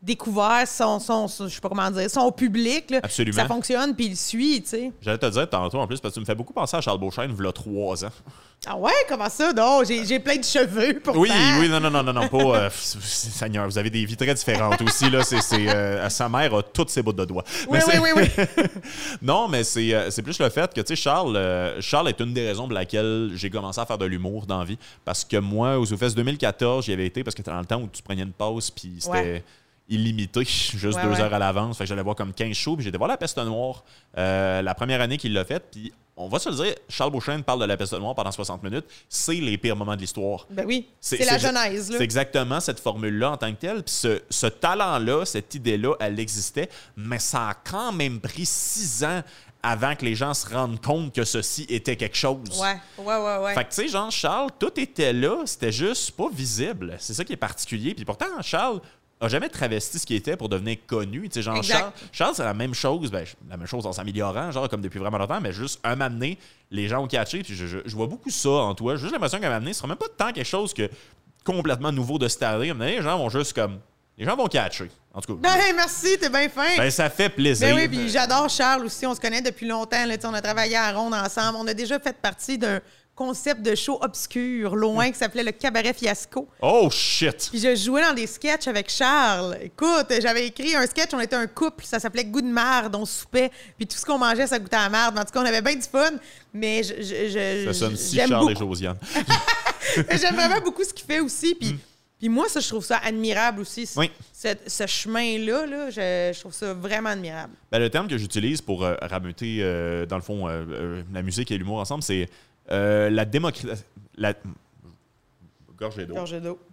découvert son, son, son, je sais pas comment dire, son public. Là, Absolument. Ça fonctionne, puis il le suit, tu sais. J'allais te dire tantôt, en plus, parce que tu me fais beaucoup penser à Charles Beauchesne, il y a trois ans. Ah ouais? Comment ça? Non, j'ai, j'ai plein de cheveux, pourtant. Oui, oui, non, non, non, non, non, pas... Euh, Seigneur, vous avez des vies très différentes aussi, là. C'est, c'est, euh, sa mère a toutes ses bouts de doigts. Oui, mais oui, oui, oui. Non, mais c'est, euh, c'est plus le fait que, tu sais, Charles, euh, Charles est une des raisons pour laquelle j'ai commencé à faire de l'humour dans la vie. Parce que moi, aux Zoufest deux mille quatorze, j'y avais été parce que c'était dans le temps où tu prenais une pause, puis c'était... Ouais. illimité, juste ouais, deux ouais. heures à l'avance. Fait que j'allais voir comme quinze shows, puis j'étais voir La Peste Noire euh, la première année qu'il l'a faite. Puis on va se le dire, Charles Beauchesne parle de La Peste Noire pendant soixante minutes. C'est les pires moments de l'histoire. Ben oui, c'est, c'est la genèse. Là. C'est exactement cette formule-là en tant que telle. Puis ce, ce talent-là, cette idée-là, elle existait, mais ça a quand même pris six ans avant que les gens se rendent compte que ceci était quelque chose. Ouais, ouais, ouais, ouais. Fait que, tu sais, genre, Charles, tout était là, c'était juste pas visible. C'est ça qui est particulier. Puis pourtant, Charles a jamais travesti ce qui était pour devenir connu. Tu sais, genre, Exact. Charles, Charles, c'est la même chose, ben, la même chose en s'améliorant, genre, comme depuis vraiment longtemps, mais juste un moment donné, les gens ont catché. Puis je, je, je vois beaucoup ça en toi. J'ai juste l'impression qu'à un moment donné, ce sera même pas tant quelque chose que complètement nouveau de cette année. À un moment donné, les gens vont juste comme. Les gens vont catcher. En tout cas. Ben, merci, t'es bien fin. Ben, ça fait plaisir. Ben oui, puis j'adore Charles aussi. On se connaît depuis longtemps. Là, on a travaillé à Ronde ensemble. On a déjà fait partie d'un concept de show obscur, loin, qui s'appelait le Cabaret Fiasco. Oh, shit! Puis je jouais dans des sketchs avec Charles. Écoute, j'avais écrit un sketch, on était un couple, ça s'appelait Goût de marde, on soupait, puis tout ce qu'on mangeait, ça goûtait à la marde. En tout cas, on avait bien du fun, mais je... je, je ça sonne si j'aime Charles beaucoup. et Josiane. J'aime vraiment beaucoup ce qu'il fait aussi, puis... Mm. Puis moi, ça, je trouve ça admirable aussi. Oui. Ce, ce chemin-là, là, je, je trouve ça vraiment admirable. Ben, le terme que j'utilise pour euh, rameuter, euh, dans le fond, euh, euh, la musique et l'humour ensemble, c'est euh, la démocratie... La... Gorgée d'eau. Gorgée d'eau.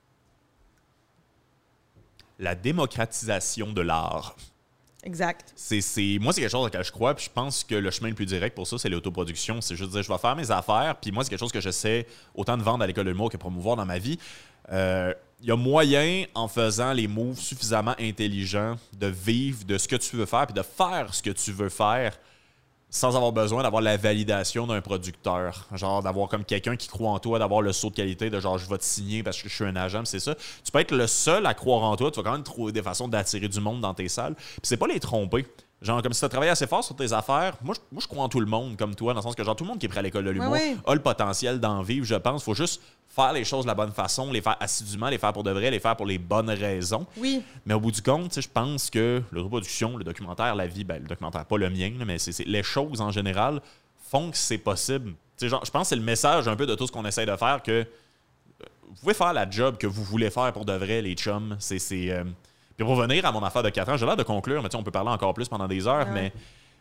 La démocratisation de l'art. Exact. C'est, c'est, moi, c'est quelque chose auquel je crois, puis je pense que le chemin le plus direct pour ça, c'est l'autoproduction. C'est juste dire, je vais faire mes affaires, puis moi, c'est quelque chose que j'essaie autant de vendre à l'école de l'humour que promouvoir dans ma vie. Il euh, y a moyen, en faisant les moves suffisamment intelligents, de vivre de ce que tu veux faire, puis de faire ce que tu veux faire, sans avoir besoin d'avoir la validation d'un producteur. Genre, d'avoir comme quelqu'un qui croit en toi, d'avoir le saut de qualité de genre, je vais te signer parce que je suis un agent, c'est ça. Tu peux être le seul à croire en toi, tu vas quand même trouver des façons d'attirer du monde dans tes salles. Puis c'est pas les tromper. Genre, comme si tu as travaillé assez fort sur tes affaires, moi je, moi, je crois en tout le monde comme toi, dans le sens que genre, tout le monde qui est prêt à l'école de l'humour oui, oui. a le potentiel d'en vivre, je pense. Faut juste faire les choses de la bonne façon, les faire assidûment, les faire pour de vrai, les faire pour les bonnes raisons. Oui. Mais au bout du compte, je pense que l'autoproduction, le documentaire, la vie, ben, le documentaire, pas le mien, là, mais c'est, c'est, les choses en général font que c'est possible. Genre, je pense que c'est le message un peu de tout ce qu'on essaie de faire, que vous pouvez faire la job que vous voulez faire pour de vrai, les chums. C'est... c'est euh... Puis pour revenir à mon affaire de quatre ans, j'ai l'air de conclure, mais on peut parler encore plus pendant des heures, ah ouais. mais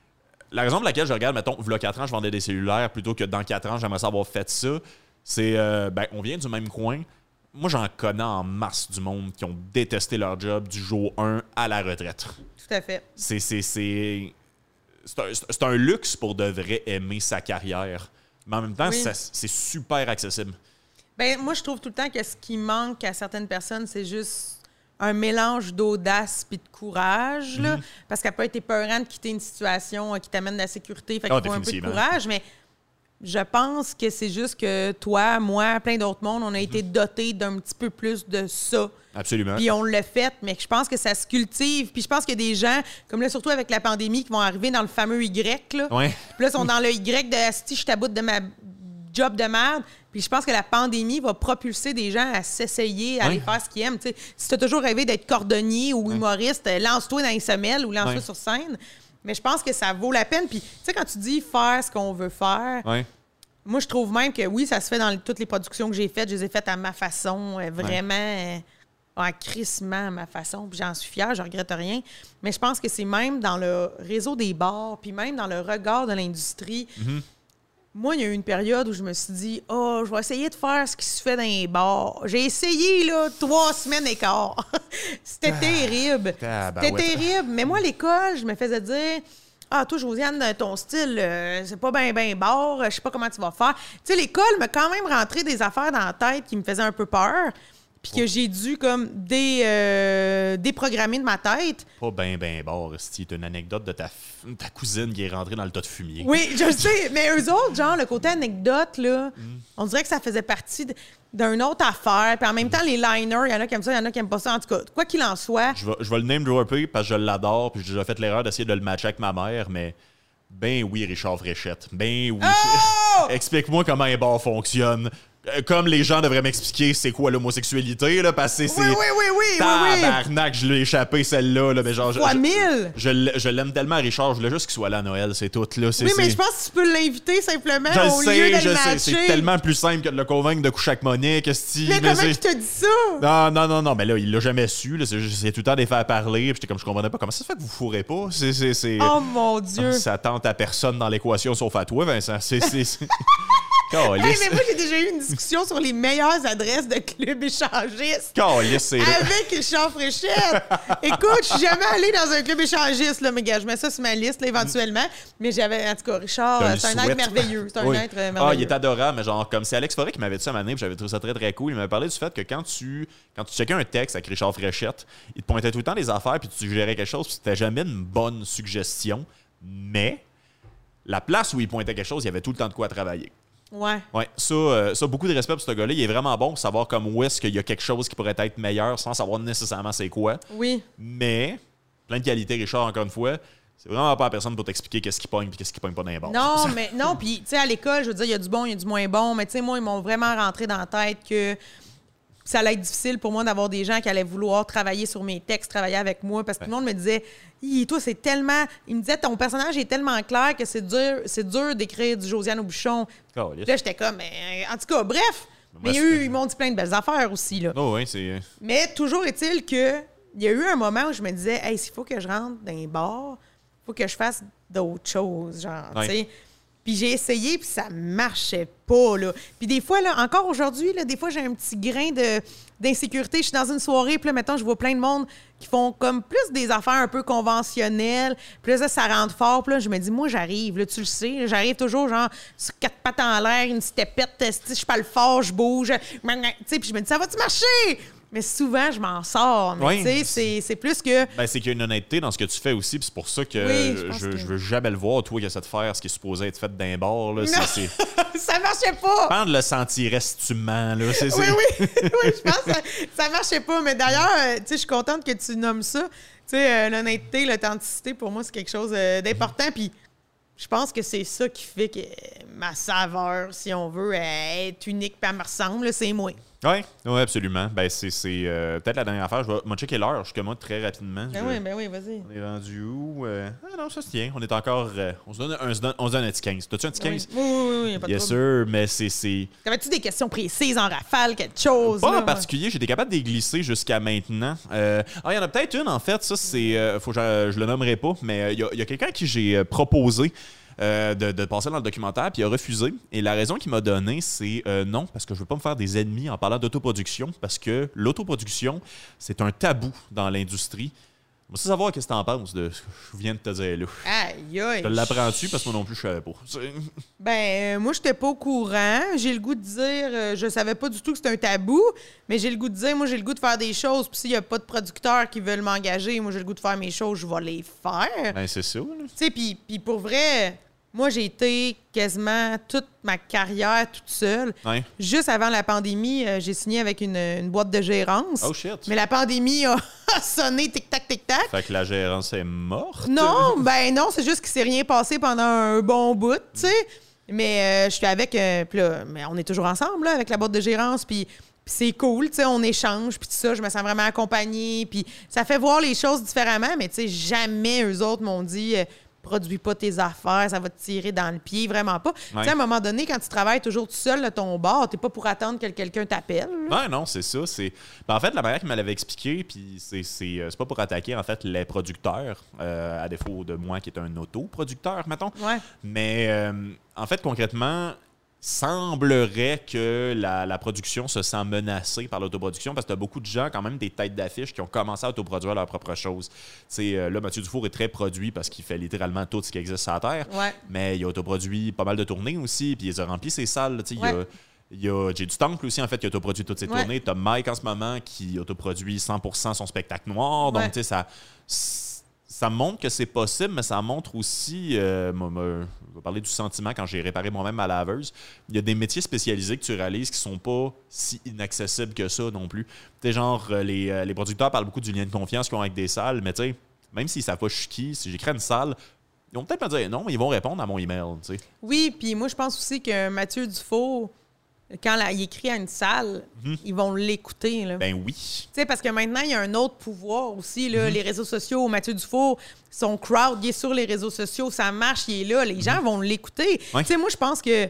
la raison pour laquelle je regarde, mettons, il y a quatre ans, je vendais des cellulaires plutôt que dans quatre ans, j'aimerais ça avoir fait ça, c'est, euh, ben, on vient du même coin. Moi, j'en connais en masse du monde qui ont détesté leur job du jour un à la retraite. Tout à fait. C'est, c'est, c'est, c'est, un, c'est un luxe pour de vrai aimer sa carrière. Mais en même temps, oui. ça, c'est super accessible. Ben, moi, je trouve tout le temps que ce qui manque à certaines personnes, c'est juste un mélange d'audace puis de courage, là, mm-hmm. parce qu'elle peut être épeurante de quitter une situation qui t'amène de la sécurité, fait qu'il oh, faut un peu de courage, mais je pense que c'est juste que toi, moi, plein d'autres mondes, on a mm-hmm. été dotés d'un petit peu plus de ça. Absolument. Puis on l'a fait, mais je pense que ça se cultive. Puis je pense qu'il y a des gens, comme là, surtout avec la pandémie, qui vont arriver dans le fameux Y, là. Ouais. Puis là, ils sont dans le Y de « Asti, je t'aboute de ma job de merde ». Puis je pense que la pandémie va propulser des gens à s'essayer, à ouais. aller faire ce qu'ils aiment. T'sais, si tu as toujours rêvé d'être cordonnier ou humoriste, ouais. lance-toi dans les semelles ou lance-toi ouais. sur scène. Mais je pense que ça vaut la peine. Puis tu sais, quand tu dis faire ce qu'on veut faire, ouais. moi, je trouve même que oui, ça se fait dans toutes les productions que j'ai faites. Je les ai faites à ma façon, vraiment ouais. en crissement à ma façon. Puis j'en suis fière, je regrette rien. Mais je pense que c'est même dans le réseau des bars, puis même dans le regard de l'industrie. Mm-hmm. Moi, il y a eu une période où je me suis dit « Oh, je vais essayer de faire ce qui se fait dans les bars. » J'ai essayé, là, trois semaines et quart. C'était ah, terrible. Ah, ben C'était ouais. terrible. Mais moi, à l'école, je me faisais dire « Ah, toi, Josiane, ton style, euh, c'est pas bien, bien bar. Je sais pas comment tu vas faire. » Tu sais, l'école m'a quand même rentré des affaires dans la tête qui me faisaient un peu peur. puis que j'ai dû comme dé, euh, déprogrammer de ma tête. Pas ben ben bon, si t'as une anecdote de ta, ta cousine qui est rentrée dans le tas de fumier. Oui, je le sais, mais eux autres, genre, le côté anecdote, là, mm. on dirait que ça faisait partie d'une autre affaire. Puis en même temps, les liners, il y en a qui aiment ça, il y en a qui aiment pas ça. En tout cas, quoi qu'il en soit. Je vais, je vais le name dropper parce que je l'adore, puis j'ai déjà fait l'erreur d'essayer de le matcher avec ma mère, mais ben oui, Richard Fréchette. Ben oui. Oh! Explique-moi comment un bar fonctionne. Comme les gens devraient m'expliquer c'est quoi l'homosexualité, là, parce que c'est... Oui, oui, oui, oui, oui, tabarnak, je l'ai échappé, celle-là. Là, mais genre, fois je, mille! Je, je, je l'aime tellement, Richard. Je voulais juste qu'il soit là à Noël, c'est tout. Là. C'est, oui, mais c'est... je pense que tu peux l'inviter simplement je au sais, lieu de je le sais, matcher. c'est tellement plus simple que de le convaincre de coucher avec Monique. Esti, mais comment c'est... il te dit ça? Non, non, non, non, mais là, il l'a jamais su. Là, c'est, c'est tout le temps de les faire parler. Puis j'étais comme, je comprenais pas. Comment ça se fait que vous fourrez pas? C'est, c'est, c'est... Oh mon Dieu! Ça tente à personne dans l'équation sauf à toi, Vincent. C'est... c'est, c'est... Hey, mais moi, j'ai déjà eu une discussion sur les meilleures adresses de clubs échangistes. Calisse, c'est avec Richard Fréchette. Écoute, je suis jamais allée dans un club échangiste, là, mais gars, je mets ça sur ma liste là, éventuellement. Mais j'avais, en tout cas, Richard, c'est un être merveilleux. C'est un oui. être merveilleux. Ah, il est adorable, mais genre, comme c'est Alex Forêt qui m'avait dit ça à un moment donné, puis j'avais trouvé ça très très cool. Il m'avait parlé du fait que quand tu quand tu checkais un texte avec Richard Fréchette, il te pointait tout le temps des affaires, puis tu suggérais quelque chose, puis c'était jamais une bonne suggestion. Mais la place où il pointait quelque chose, il y avait tout le temps de quoi travailler. Ouais. Ouais, ça, euh, ça, beaucoup de respect pour ce gars-là. Il est vraiment bon pour savoir comme où est-ce qu'il y a quelque chose qui pourrait être meilleur sans savoir nécessairement c'est quoi. Oui. Mais, plein de qualités, Richard, encore une fois. C'est vraiment pas la personne pour t'expliquer qu'est-ce qui pogne et qu'est-ce qui pogne pas dans les bords. Non, mais non, puis tu sais, à l'école, je veux dire, il y a du bon, il y a du moins bon, mais tu sais, moi, ils m'ont vraiment rentré dans la tête que ça allait être difficile pour moi d'avoir des gens qui allaient vouloir travailler sur mes textes, travailler avec moi, parce que ouais. Tout le monde me disait « Toi, c'est tellement... » Il me disait « Ton personnage est tellement clair que c'est dur, c'est dur d'écrire du Josiane Aubuchon. Oh, » yes. Là, j'étais comme... En tout cas, bref. Mais moi, eux, ils m'ont dit plein de belles affaires aussi, là. Oh, oui, c'est... Mais toujours est-il que il y a eu un moment où je me disais « Hey, s'il faut que je rentre dans un bar, il faut que je fasse d'autres choses, genre, ouais. tu sais. » Puis j'ai essayé, puis ça marchait pas, là. Puis des fois, là, encore aujourd'hui, là, des fois, j'ai un petit grain de, d'insécurité. Je suis dans une soirée, puis là, mettons, je vois plein de monde qui font comme plus des affaires un peu conventionnelles. Puis là, ça rentre fort. Puis là, je me dis, moi, j'arrive, là, tu le sais. Là, j'arrive toujours, genre, sur quatre pattes en l'air, une stepette, je suis pas le fort, je bouge. Tu sais, puis je me dis, ça va-tu marcher? Mais souvent, je m'en sors. Mais oui. Tu sais, c'est, c'est plus que... Ben, c'est qu'il y a une honnêteté dans ce que tu fais aussi. Puis c'est pour ça que, oui, je, je, que... je veux jamais le voir, toi, qui essaie de faire ce qui est supposé être fait d'un bord. Là, c'est, c'est... ça marchait pas! Je pense le sentirait si tu mens. Là. C'est, oui, oui. oui, je pense que ça, ça marchait pas. Mais d'ailleurs, tu sais, je suis contente que tu nommes ça. Tu sais, euh, l'honnêteté, l'authenticité, pour moi, c'est quelque chose euh, d'important. Puis je pense que c'est ça qui fait que ma saveur, si on veut, est unique et elle me ressemble. C'est moi. Oui, ouais, absolument. Ben, c'est, c'est euh, peut-être la dernière affaire. Je vais me checker l'heure jusqu'à moi très rapidement. Ben je... oui, ben oui, vas-y. On est rendu où? Euh... Ah non, ça se tient. On est encore... Euh... On, se donne un, on, se donne, on se donne un petit quinze. T'as-tu un petit quinze? Oui, oui, oui. oui pas Bien sûr, mais c'est... c'est... T'avais-tu des questions précises en rafale, quelque chose? Pas là? en particulier. J'étais capable de les glisser jusqu'à maintenant. Euh... Ah, il y en a peut-être une, en fait. Ça, c'est... Euh, faut que je, je le nommerai pas, mais il y a, y a quelqu'un à qui j'ai proposé Euh, de, de passer dans le documentaire, puis il a refusé. Et la raison qu'il m'a donnée, c'est euh, non, parce que je veux pas me faire des ennemis en parlant d'autoproduction, parce que l'autoproduction, c'est un tabou dans l'industrie. Je veux savoir qu'est-ce que t'en penses de ce que je viens de te dire là. Aïe, aïe. Te l'apprends-tu? Parce que moi non plus, je savais pas. Ben, euh, moi, j'étais pas au courant. J'ai le goût de dire, euh, je savais pas du tout que c'était un tabou, mais j'ai le goût de dire, moi, j'ai le goût de faire des choses, puis s'il y a pas de producteurs qui veulent m'engager, moi, j'ai le goût de faire mes choses, je vais les faire. Ben, c'est ça. Tu sais, puis, puis pour vrai... Moi, j'ai été quasiment toute ma carrière toute seule. Ouais. Juste avant la pandémie, euh, j'ai signé avec une, une boîte de gérance. Oh shit. Mais la pandémie a sonné tic-tac, tic-tac. Fait que la gérance est morte? Non, ben non, c'est juste qu'il s'est rien passé pendant un bon bout, tu sais. Mais euh, je suis avec... Euh, puis là, mais on est toujours ensemble, là, avec la boîte de gérance, puis... Puis c'est cool, tu sais, on échange, puis tout ça, je me sens vraiment accompagnée, puis ça fait voir les choses différemment, mais tu sais, jamais eux autres m'ont dit euh, « Produis pas tes affaires, ça va te tirer dans le pied », vraiment pas. Ouais. Tu sais, à un moment donné, quand tu travailles toujours tout seul de ton bar, t'es pas pour attendre que quelqu'un t'appelle. Ouais, non, c'est ça. C'est... Ben, en fait, la manière qu'il me l'avait expliqué, puis c'est, c'est, c'est pas pour attaquer, en fait, les producteurs, euh, à défaut de moi qui est un autoproducteur, mettons. Ouais. Mais, euh, en fait, concrètement... semblerait que la, la production se sent menacée par l'autoproduction parce que tu as beaucoup de gens, quand même, des têtes d'affiche qui ont commencé à autoproduire leur propre chose. Euh, là, Mathieu Dufour est très produit parce qu'il fait littéralement tout ce qui existe sur la Terre. Ouais. Mais il a autoproduit pas mal de tournées aussi, puis il a rempli ses salles. Ouais. Il, a, Il y a Jay du Temple aussi, en fait, qui autoproduit toutes ses Ouais. tournées. T'as Mike en ce moment qui autoproduit cent pour cent son spectacle noir. Donc, Ouais. tu sais, ça, ça montre que c'est possible, mais ça montre aussi, euh, moi, moi, je vais parler du sentiment quand j'ai réparé moi-même ma laveuse. Il y a des métiers spécialisés que tu réalises qui sont pas si inaccessibles que ça non plus. Tu sais, genre, euh, les, euh, les producteurs parlent beaucoup du lien de confiance qu'ils ont avec des salles, mais tu sais, même s'ils savent pas je suis qui, si j'écris une salle, ils vont peut-être me dire non, mais ils vont répondre à mon email, tu sais. Oui, puis moi, je pense aussi que Mathieu Dufault, quand là, il écrit à une salle, mm-hmm. ils vont l'écouter. Là. Ben oui. Tu sais, parce que maintenant, il y a un autre pouvoir aussi. Là, mm-hmm. Les réseaux sociaux, Mathieu Dufault, son crowd, il est sur les réseaux sociaux, ça marche, il est là. Les gens mm-hmm. vont l'écouter. Ouais. Tu sais, moi, je pense que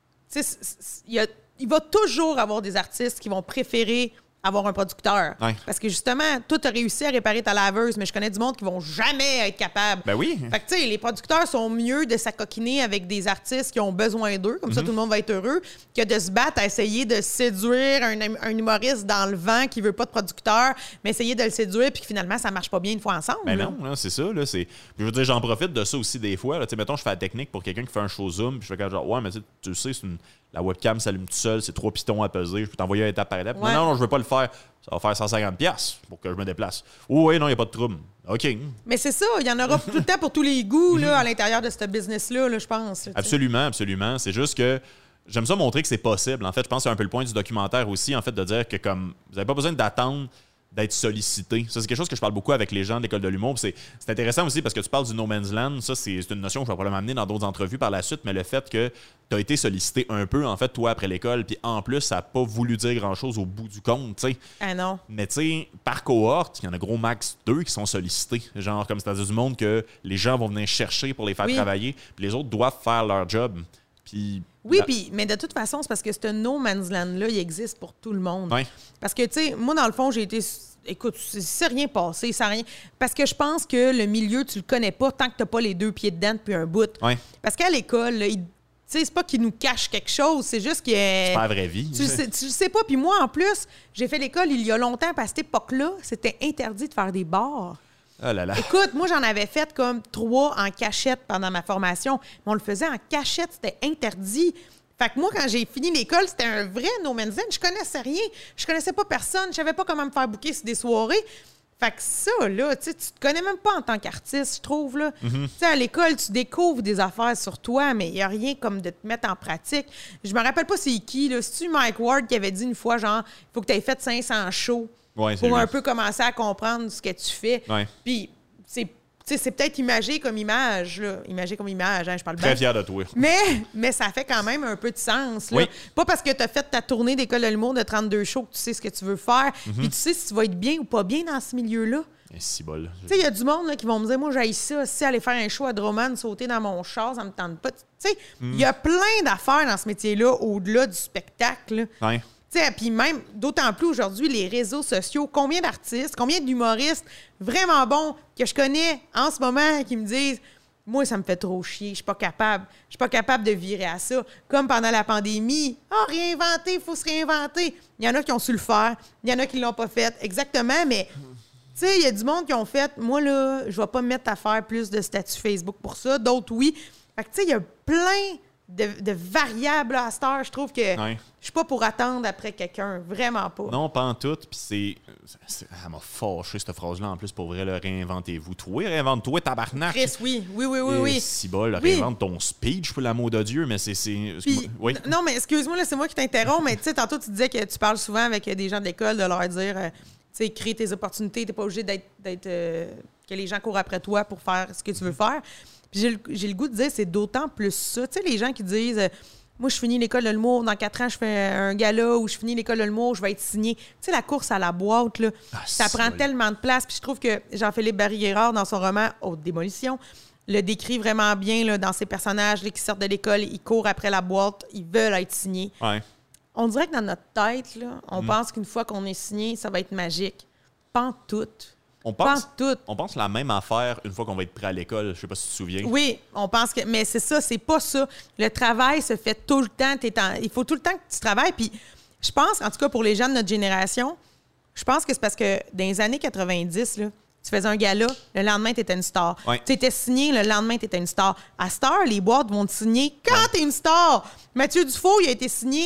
il, y a, il va toujours avoir des artistes qui vont préférer avoir un producteur. Ouais. Parce que justement, toi, tu as réussi à réparer ta laveuse, mais je connais du monde qui vont jamais être capables. Ben oui. Fait que, tu sais, les producteurs sont mieux de s'acoquiner avec des artistes qui ont besoin d'eux, comme mm-hmm. ça, tout le monde va être heureux, que de se battre à essayer de séduire un, un humoriste dans le vent qui veut pas de producteur, mais essayer de le séduire, puis que finalement, ça marche pas bien une fois ensemble. Ben non, non c'est ça. Là, c'est... Je veux dire, j'en profite de ça aussi des fois. Tu sais, mettons, je fais la technique pour quelqu'un qui fait un show Zoom, puis je fais comme genre, ouais, mais tu sais, c'est une... la webcam s'allume tout seul, c'est trois pitons à peser, je peux t'envoyer un étape par étape. Ouais. Non, non, non, je veux pas le faire. Ça va faire cent cinquante dollars pour que je me déplace. Oh, oui, non, il n'y a pas de trouble. OK. Mais c'est ça, il y en aura tout le temps pour tous les goûts là, à l'intérieur de ce business-là, là, je pense. Là, absolument, absolument. C'est juste que j'aime ça montrer que c'est possible. En fait, je pense que c'est un peu le point du documentaire aussi, en fait, de dire que comme vous n'avez pas besoin d'attendre d'être sollicité. Ça, c'est quelque chose que je parle beaucoup avec les gens de l'école de l'humour. C'est, c'est intéressant aussi parce que tu parles du no man's land. Ça, c'est, c'est une notion que je vais probablement amener dans d'autres entrevues par la suite, mais le fait que tu as été sollicité un peu, en fait, toi, après l'école, puis en plus, ça n'a pas voulu dire grand-chose au bout du compte, tu sais. Ah non. Mais tu sais, par cohorte, il y en a gros max deux qui sont sollicités. Genre, comme c'est-à-dire du monde que les gens vont venir chercher pour les faire oui. travailler, puis les autres doivent faire leur job. Puis... Oui, la... puis, mais de toute façon, c'est parce que ce no man's land-là, il existe pour tout le monde. Ouais. Parce que, tu sais, moi, dans le fond, j'ai été... Écoute, c'est rien passé, ça rien. Parce que je pense que le milieu, tu le connais pas tant que tu n'as pas les deux pieds dedans depuis un bout. Ouais. Parce qu'à l'école, là, il... c'est pas qu'ils nous cachent quelque chose, c'est juste que... C'est pas la vraie vie. Tu sais, tu sais pas. Puis moi, en plus, j'ai fait l'école il y a longtemps, puis à cette époque-là, c'était interdit de faire des bars. Oh là là. Écoute, moi, j'en avais fait comme trois en cachette pendant ma formation. Mais on le faisait en cachette, c'était interdit. Fait que moi, quand j'ai fini l'école, c'était un vrai no man's land. Je connaissais rien. Je connaissais pas personne. Je savais pas comment me faire booker sur des soirées. Fait que ça, là, tu te connais même pas en tant qu'artiste, je trouve, là. Mm-hmm. Tu sais, à l'école, tu découvres des affaires sur toi, mais il n'y a rien comme de te mettre en pratique. Je me rappelle pas c'est qui, là. C'est-tu Mike Ward qui avait dit une fois, genre, il faut que tu aies fait cinq cents shows ouais, pour lui. un peu commencer à comprendre ce que tu fais. Ouais. Puis, c'est c'est peut-être imagé comme image, là. Imagé comme image, hein, je parle bien. Très fier de toi. Mais, mais ça fait quand même un peu de sens, là. Oui. Pas parce que tu as fait ta tournée d'école de l'humour de trente-deux shows que tu sais ce que tu veux faire, mm-hmm. puis tu sais si tu vas être bien ou pas bien dans ce milieu-là. Si bol. Tu sais, il y a du monde là, qui vont me dire, moi, j'haïs ça, si aller faire un show à Drummond, sauter dans mon char, ça me tente pas. Tu sais, il mm. y a plein d'affaires dans ce métier-là, au-delà du spectacle. Ouais. Puis même, d'autant plus aujourd'hui, les réseaux sociaux, combien d'artistes, combien d'humoristes vraiment bons que je connais en ce moment qui me disent « Moi, ça me fait trop chier, je suis pas capable. Je suis pas capable de virer à ça. » Comme pendant la pandémie. « Ah, oh, réinventer, il faut se réinventer. » Il y en a qui ont su le faire, il y en a qui l'ont pas fait. Exactement, mais tu sais, il y a du monde qui ont fait « Moi, là, je vais pas me mettre à faire plus de statut Facebook pour ça. » D'autres, oui. Fait que tu sais, il y a plein... De, de variables là, à cette heure, je trouve que ouais. je suis pas pour attendre après quelqu'un. Vraiment pas. Non, pas en tout. Puis c'est, c'est... Elle m'a fâché, cette phrase-là. En plus, pour vrai, le réinventez-vous. Toi, réinvente-toi, tabarnak. Chris, oui. Oui, oui, oui, oui. Si bol, oui. Réinvente ton speech, pour l'amour de Dieu, mais c'est... c'est... Puis, oui. Non, mais excuse-moi, là, c'est moi qui t'interromps, mais tu sais, tantôt, tu disais que tu parles souvent avec des gens de l'école de leur dire, euh, tu sais, crée tes opportunités, t'es pas obligé d'être... d'être euh, que les gens courent après toi pour faire ce que tu veux faire. Puis j'ai le, j'ai le goût de dire, c'est d'autant plus ça. Tu sais, les gens qui disent, euh, moi, je finis l'école de l'humour, dans quatre ans, je fais un gala ou je finis l'école de l'humour, je vais être signé. Tu sais, la course à la boîte, là, ah, ça prend tellement de place. Puis je trouve que Jean-Philippe Barry-Guérard, dans son roman « Haute démolition », le décrit vraiment bien là, dans ses personnages là, qui sortent de l'école, ils courent après la boîte, ils veulent être signés. Ouais. On dirait que dans notre tête, là, on mm. pense qu'une fois qu'on est signé, ça va être magique. Pas tout. On pense, on pense la même affaire une fois qu'on va être prêt à l'école. Je sais pas si tu te souviens. Oui, on pense que... Mais c'est ça, c'est pas ça. Le travail se fait tout le temps. T'es en, il faut tout le temps que tu travailles. Puis je pense, en tout cas pour les gens de notre génération, je pense que c'est parce que dans les années quatre-vingt-dix, là, tu faisais un gala, le lendemain, tu étais une star. Ouais. Tu étais signé, le lendemain, tu étais une star. À cette heure, les boîtes vont te signer quand ouais. tu es une star. Mathieu Dufault, il a été signé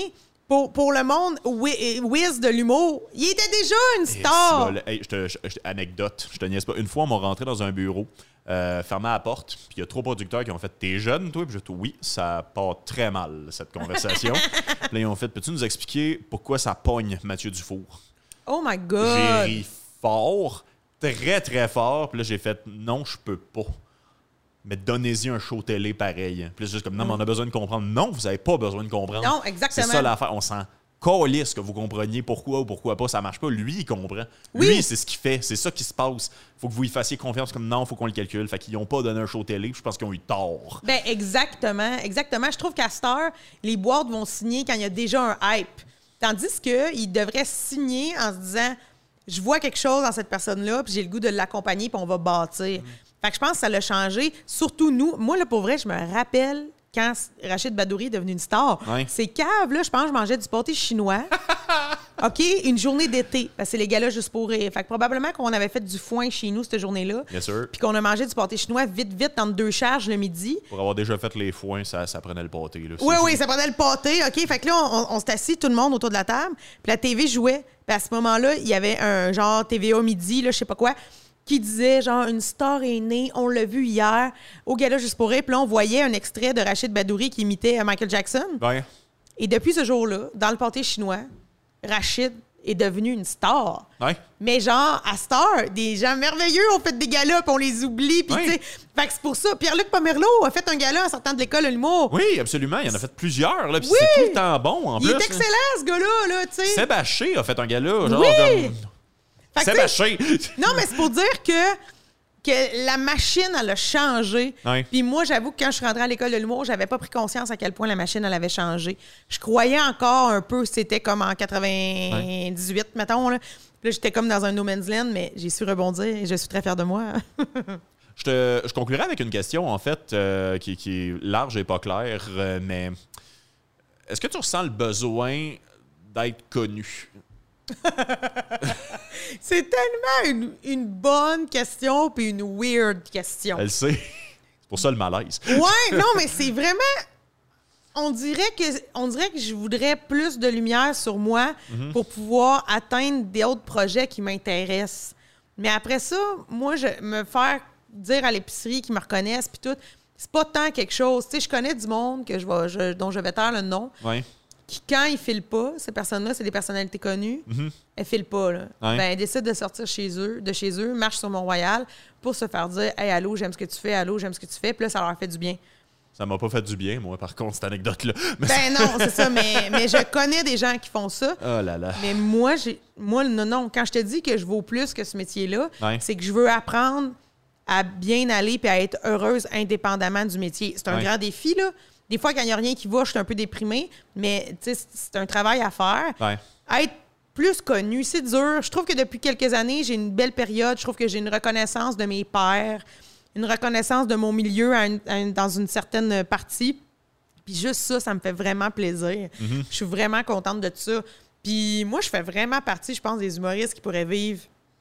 pour, pour le monde, Wiz de l'humour, il était déjà une star. Hey, je te, je, je, anecdote, je te niaise pas. Une fois, on m'a rentré dans un bureau, euh, fermé à la porte, puis il y a trois producteurs qui ont fait « T'es jeune, toi? » Puis j'ai dit « Oui, ça part très mal, cette conversation. » Puis là, ils ont fait « Peux-tu nous expliquer pourquoi ça pogne Mathieu Dufour? » Oh my God! J'ai ri fort, très, très fort. Puis là, j'ai fait « Non, je peux pas. » Mais donnez-y un show télé pareil. Puis là, c'est juste comme, non, mais on a besoin de comprendre. Non, vous n'avez pas besoin de comprendre. Non, exactement. C'est ça l'affaire. On s'en calisse que vous compreniez pourquoi ou pourquoi pas. Ça marche pas. Lui, il comprend. Oui. Lui, c'est ce qu'il fait. C'est ça qui se passe. Faut que vous y fassiez confiance. Comme non, il faut qu'on le calcule. Fait qu'ils n'ont pas donné un show télé. Puis je pense qu'ils ont eu tort. Ben exactement. Exactement. Je trouve qu'à Star, les boîtes vont signer quand il y a déjà un hype. Tandis qu'ils devraient signer en se disant, je vois quelque chose dans cette personne-là, puis j'ai le goût de l'accompagner, puis on va bâtir. Mm. Fait que je pense que ça l'a changé. Surtout nous. Moi, là, pour vrai, je me rappelle quand Rachid Badouri est devenu une star. Ouais. C'est cave, là, je pense que je mangeais du pâté chinois. OK, une journée d'été. Parce que c'est les gars-là juste pour rire. Fait que probablement qu'on avait fait du foin chez nous cette journée-là. Bien sûr. Puis qu'on a mangé du pâté chinois vite, vite, entre deux charges le midi. Pour avoir déjà fait les foins, ça, ça prenait le pâté. Là. Oui, oui, ça prenait le pâté. OK, fait que là, on, on, on s'est assis, tout le monde autour de la table. Puis la T V jouait. Puis à ce moment-là, il y avait un genre T V A midi, là, je sais pas quoi, qui disait, genre, une star est née, on l'a vu hier, au gala juste pour rire. Puis là, on voyait un extrait de Rachid Badouri qui imitait Michael Jackson. Ouais. Et depuis ce jour-là, dans le pâté chinois, Rachid est devenu une star. Ouais. Mais genre, à Star, des gens merveilleux ont fait des galas, puis on les oublie. Puis, ouais. tu sais, fait que c'est pour ça. Pierre-Luc Pomerleau a fait un gala en sortant de l'école de l'humour. Oui, absolument. Il en a fait plusieurs. Là, puis oui. c'est tout le temps bon, en Il plus. est excellent, là. Ce gars-là, là, tu sais. Seb Haché a fait un gala, genre oui. comme... Seb Haché! Non, mais c'est pour dire que, que la machine, elle a changé. Ouais. Puis moi, j'avoue que quand je suis rentrée à l'école de l'humour, j'avais pas pris conscience à quel point la machine, elle avait changé. Je croyais encore un peu, c'était comme en quatre-vingt-dix-huit, ouais. mettons, là. Puis là, j'étais comme dans un no man's land, mais j'ai su rebondir et je suis très fière de moi. je, te, je conclurai avec une question, en fait, euh, qui, qui est large et pas claire, euh, mais est-ce que tu ressens le besoin d'être connu? C'est tellement une, une bonne question puis une weird question. Elle sait. C'est pour ça le malaise. Ouais, non, mais c'est vraiment... On dirait que on dirait que je voudrais plus de lumière sur moi mm-hmm. pour pouvoir atteindre d'autres projets qui m'intéressent. Mais après ça, moi, je me faire dire à l'épicerie qu'ils me reconnaissent puis tout, c'est pas tant quelque chose. Tu sais, je connais du monde que je vais, je, dont je vais taire le nom. Ouais. Qui, quand ils filent pas, ces personnes-là, c'est des personnalités connues, mm-hmm. elles filent pas, là. Ouais. Ben, elles décident de sortir chez eux, de chez eux, marchent sur Mont-Royal pour se faire dire « Hey, allô, j'aime ce que tu fais, allô, j'aime ce que tu fais », puis là, ça leur fait du bien. Ça m'a pas fait du bien, moi, par contre, cette anecdote-là. Mais ben non, c'est ça, mais, mais je connais des gens qui font ça. Oh là là. Mais moi, j'ai, moi, non, non, quand je te dis que je vaux plus que ce métier-là, ouais. c'est que je veux apprendre à bien aller et à être heureuse indépendamment du métier. C'est un ouais. grand défi, là. Des fois, quand il n'y a rien qui va, je suis un peu déprimée, mais c'est un travail à faire. Ouais. Être plus connu, c'est dur. Je trouve que depuis quelques années, j'ai une belle période. Je trouve que j'ai une reconnaissance de mes pairs, une reconnaissance de mon milieu à une, à une, dans une certaine partie. Puis juste ça, ça me fait vraiment plaisir. Mm-hmm. Je suis vraiment contente de ça. Puis moi, je fais vraiment partie, je pense, des humoristes qui pourraient vivre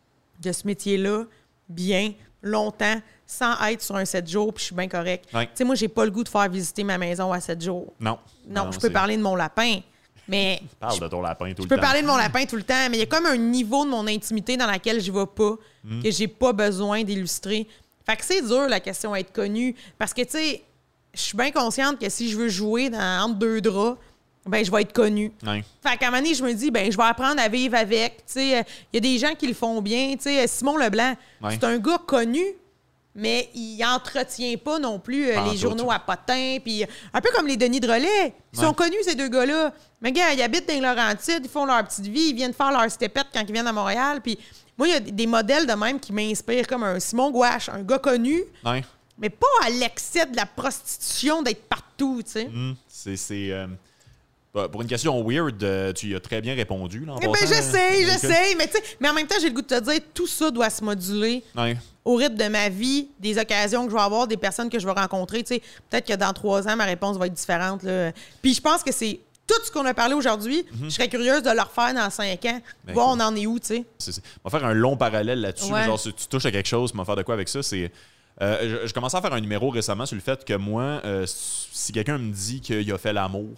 de ce métier-là bien, longtemps, sans être sur un sept jours, puis je suis bien correct. Ouais. Tu sais, moi, j'ai pas le goût de faire visiter ma maison à sept jours. Non. Non, non je peux c'est... parler de mon lapin, mais... Parle de ton lapin tout je le temps. Je peux parler de mon lapin tout le temps, mais il y a comme un niveau de mon intimité dans laquelle je vais pas, mm. que j'ai pas besoin d'illustrer. Fait que c'est dur, la question d'être connue, parce que, tu sais, je suis bien consciente que si je veux jouer dans, entre deux draps, ben je vais être connue. Ouais. Fait qu'à un moment donné, je me dis, ben je vais apprendre à vivre avec. Tu sais, il y a des gens qui le font bien. Tu sais, Simon Leblanc, ouais. c'est un gars connu, mais il entretient pas non plus euh, les journaux à potins. Puis un peu comme les Denis Drolet. Ils ouais. sont connus, ces deux gars-là. Mais gars, ils habitent dans les Laurentides, ils font leur petite vie, ils viennent faire leur stépette quand ils viennent à Montréal. Puis moi, il y a des modèles de même qui m'inspirent, comme un Simon Gouache, un gars connu, ouais. mais pas à l'excès de la prostitution, d'être partout, tu sais. Mmh, c'est... c'est euh... Pour une question weird, euh, tu y as très bien répondu. Là, en eh ben, je sais, je sais. Mais, mais en même temps, j'ai le goût de te dire, tout ça doit se moduler ouais. au rythme de ma vie, des occasions que je vais avoir, des personnes que je vais rencontrer. Peut-être que dans trois ans, ma réponse va être différente. Là. Puis je pense que c'est tout ce qu'on a parlé aujourd'hui. Mm-hmm. Je serais curieuse de le refaire dans cinq ans. Ben, voir cool. On en est où, tu sais. On va faire un long parallèle là-dessus. Ouais. Genre, si tu touches à quelque chose, on va faire de quoi avec ça? C'est... Euh, je, je commençais à faire un numéro récemment sur le fait que moi, euh, si quelqu'un me dit qu'il a fait l'amour,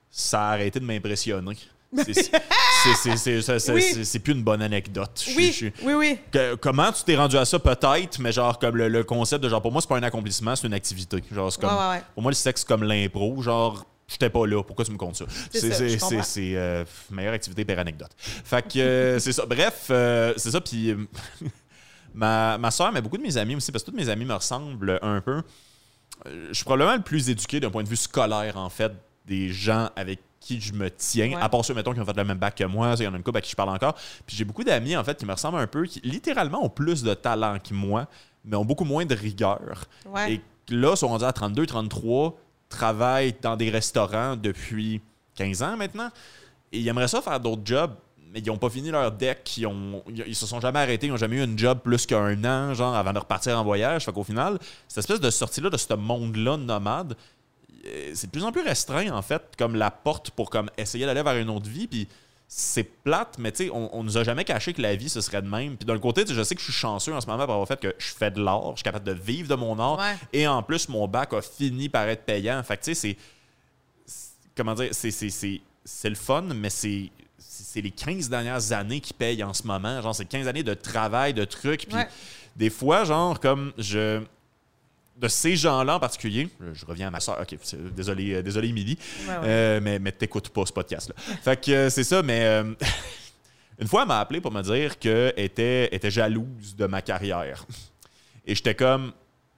ça a arrêté de m'impressionner. C'est, c'est, c'est, c'est, c'est, c'est, oui. c'est, c'est plus une bonne anecdote. Oui, je, je, oui, oui. Que, comment tu t'es rendu à ça, peut-être, mais genre, comme le, le concept de genre, pour moi, c'est pas un accomplissement, c'est une activité. Genre, c'est comme, ouais, ouais, ouais. Pour moi, le sexe, c'est comme l'impro. Genre, j'étais pas là, pourquoi tu me comptes ça? C'est, c'est, ça, c'est, je c'est, c'est euh, meilleure activité par anecdote. Fait que, euh, c'est ça. Bref, euh, c'est ça. Puis, euh, ma, ma soeur, mais beaucoup de mes amis aussi, parce que tous mes amis me ressemblent un peu. Euh, je suis probablement le plus éduqué d'un point de vue scolaire, en fait, des gens avec qui je me tiens, ouais. à part ceux, mettons, qui ont fait le même bac que moi. Il y en a une couple à qui je parle encore. Puis j'ai beaucoup d'amis, en fait, qui me ressemblent un peu, qui littéralement ont plus de talent que moi, mais ont beaucoup moins de rigueur. Ouais. Et là, sont rendus à trente-deux, trente-trois, travaillent dans des restaurants depuis quinze ans maintenant, et ils aimeraient ça faire d'autres jobs, mais ils n'ont pas fini leur deck, ils, ont, ils se sont jamais arrêtés, ils n'ont jamais eu une job plus qu'un an, genre, avant de repartir en voyage. Fait qu'au final, cette espèce de sortie-là de ce monde-là nomade, c'est de plus en plus restreint, en fait, comme la porte pour comme essayer d'aller vers une autre vie. Puis c'est plate, mais tu sais, on, on nous a jamais caché que la vie, ce serait de même. Puis d'un côté, je sais que je suis chanceux en ce moment pour avoir fait que je fais de l'art, je suis capable de vivre de mon art. Ouais. Et en plus, mon bac a fini par être payant. Fait que tu sais, c'est, c'est... Comment dire? C'est, c'est, c'est, c'est le fun, mais c'est... c'est les quinze dernières années qui payent en ce moment. Genre, c'est quinze années de travail, de trucs. Puis ouais. des fois, genre, comme je... de ces gens-là en particulier, je reviens à ma soeur, ok, désolé, euh, désolé Émilie, ouais, ouais. euh, mais, mais t'écoutes pas ce podcast-là. Fait que euh, c'est ça, mais euh, une fois, elle m'a appelé pour me dire qu'elle était, était jalouse de ma carrière. Et j'étais comme,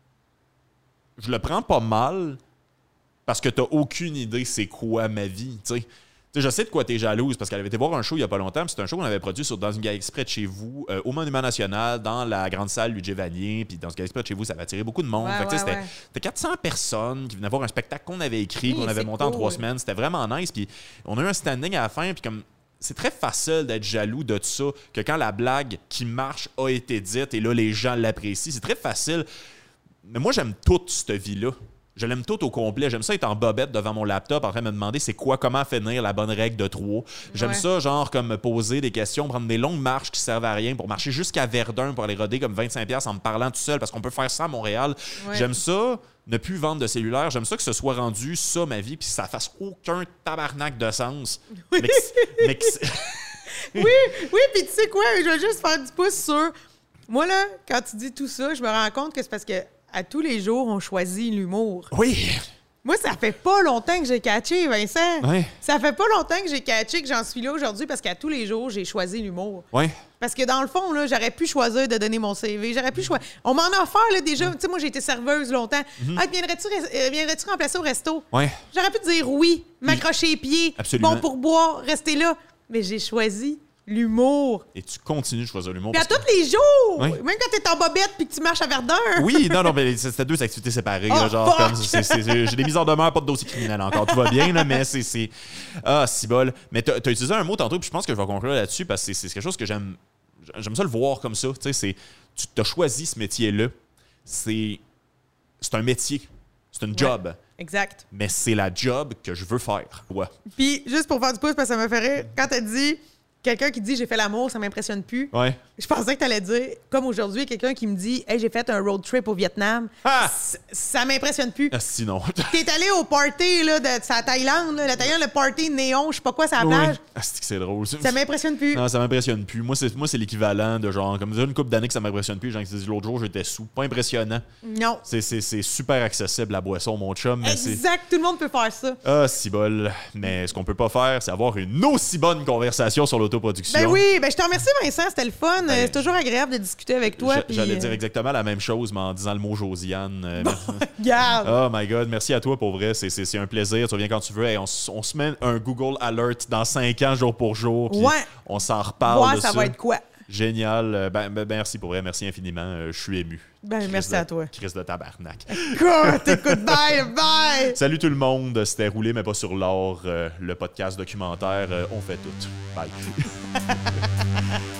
je le prends pas mal parce que t'as aucune idée c'est quoi ma vie, tu sais. Tu sais, je sais de quoi t'es jalouse, parce qu'elle avait été voir un show il n'y a pas longtemps, puis c'est un show qu'on avait produit sur, dans une galerie exprès de chez vous, euh, au Monument National, dans la grande salle Luigi Vanier, puis dans une galerie exprès de chez vous, ça avait attiré beaucoup de monde. Ouais, fait que, ouais, c'était, ouais. c'était quatre cents personnes qui venaient voir un spectacle qu'on avait écrit, oui, qu'on avait monté cool. en trois semaines. C'était vraiment nice, puis on a eu un standing à la fin, puis comme... C'est très facile d'être jaloux de tout ça, que quand la blague qui marche a été dite, et là, les gens l'apprécient. C'est très facile. Mais moi, j'aime toute cette vie-là. Je l'aime tout au complet. J'aime ça être en bobette devant mon laptop en train de me demander c'est quoi, comment finir la bonne règle de trois. J'aime ouais. ça, genre, comme me poser des questions, prendre des longues marches qui servent à rien pour marcher jusqu'à Verdun pour aller roder comme vingt-cinq dollars en me parlant tout seul parce qu'on peut faire ça à Montréal. Ouais. J'aime ça, ne plus vendre de cellulaire. J'aime ça que ce soit rendu ça, ma vie, puis ça fasse aucun tabarnak de sens. Oui, mais que, mais que oui, oui, puis tu sais quoi, je vais juste faire du pouce sur... Moi, là, quand tu dis tout ça, je me rends compte que c'est parce que à tous les jours, on choisit l'humour. Oui. Moi, ça fait pas longtemps que j'ai catché, Vincent. Oui. Ça fait pas longtemps que j'ai catché que j'en suis là aujourd'hui parce qu'à tous les jours, j'ai choisi l'humour. Oui. Parce que dans le fond, là, j'aurais pu choisir de donner mon C V. J'aurais pu choisir. On m'en a offert là, déjà. Mm. Tu sais, moi, j'ai été serveuse longtemps. Mm-hmm. Ah, viendrais-tu, euh, viendrais-tu remplacer au resto? Oui. J'aurais pu dire oui, m'accrocher les pieds. Absolument. Bon pourboire, rester là. Mais j'ai choisi l'humour. Et tu continues de choisir l'humour. Puis à que... tous les jours! Oui. Même quand t'es en bobette puis que tu marches à Verdun. Oui, non, non, mais c'était deux activités séparées. Oh, là, genre, fuck! comme, c'est, c'est, c'est, j'ai des mises en demeure, pas de dossier criminel encore. Tout va bien, là, mais c'est, c'est... Ah, si bol. Mais t'as, t'as utilisé un mot tantôt, puis je pense que je vais conclure là-dessus, parce que c'est, c'est quelque chose que j'aime... J'aime ça le voir comme ça. Tu sais, c'est... Tu t'as choisi ce métier-là. C'est... C'est un métier. C'est une job. Ouais, exact. Mais c'est la job que je veux faire. Ouais. Puis, juste pour faire du pouce, parce que ça me fait rire, quand t'as dit... Quelqu'un qui dit « j'ai fait l'amour, ça m'impressionne plus ouais. », je pensais que tu allais dire, comme aujourd'hui, quelqu'un qui me dit « hey, j'ai fait un road trip au Vietnam ah! », ça m'impressionne plus. Ah, sinon. T'es allé au party là, de sa Thaïlande, là, la Thaïlande, le party néon, je sais pas quoi, sur la plage. Oui. Ah, c'est que c'est drôle. Ça m'impressionne plus. Non, ça m'impressionne plus. Moi, c'est, moi, c'est l'équivalent de genre, comme déjà une couple d'années que ça m'impressionne plus. Genre, l'autre jour, j'étais sous. Pas impressionnant. Non. C'est, c'est, c'est super accessible, la boisson, mon chum. Mais exact, c'est... tout le monde peut faire ça. Ah, si bol. Mais ce qu'on peut pas faire, c'est avoir une aussi bonne conversation sur l'autoproduction. Ben oui, ben je te remercie, Vincent, c'était le fun. Ben, c'est toujours agréable de discuter avec toi. J'a- puis, j'allais euh... dire exactement la même chose, mais en disant le mot Josiane. Euh, bon, regarde. Oh my God, merci à toi pour vrai. C'est, c'est, c'est un plaisir. Tu reviens quand tu veux. Hey, on, on se met un Google Alert dans cinq ans, jour pour jour. Puis ouais. on s'en reparle. Ouais, de ça, ça va être quoi? Génial. Ben, ben, merci pour vrai. Merci infiniment. Euh, je suis ému. Ben, Chris merci de, à toi. Chris de tabarnak. Écoute, écoute, bye, bye! Salut tout le monde. C'était Roulé, mais pas sur l'or, euh, le podcast documentaire. Euh, on fait tout. Bye.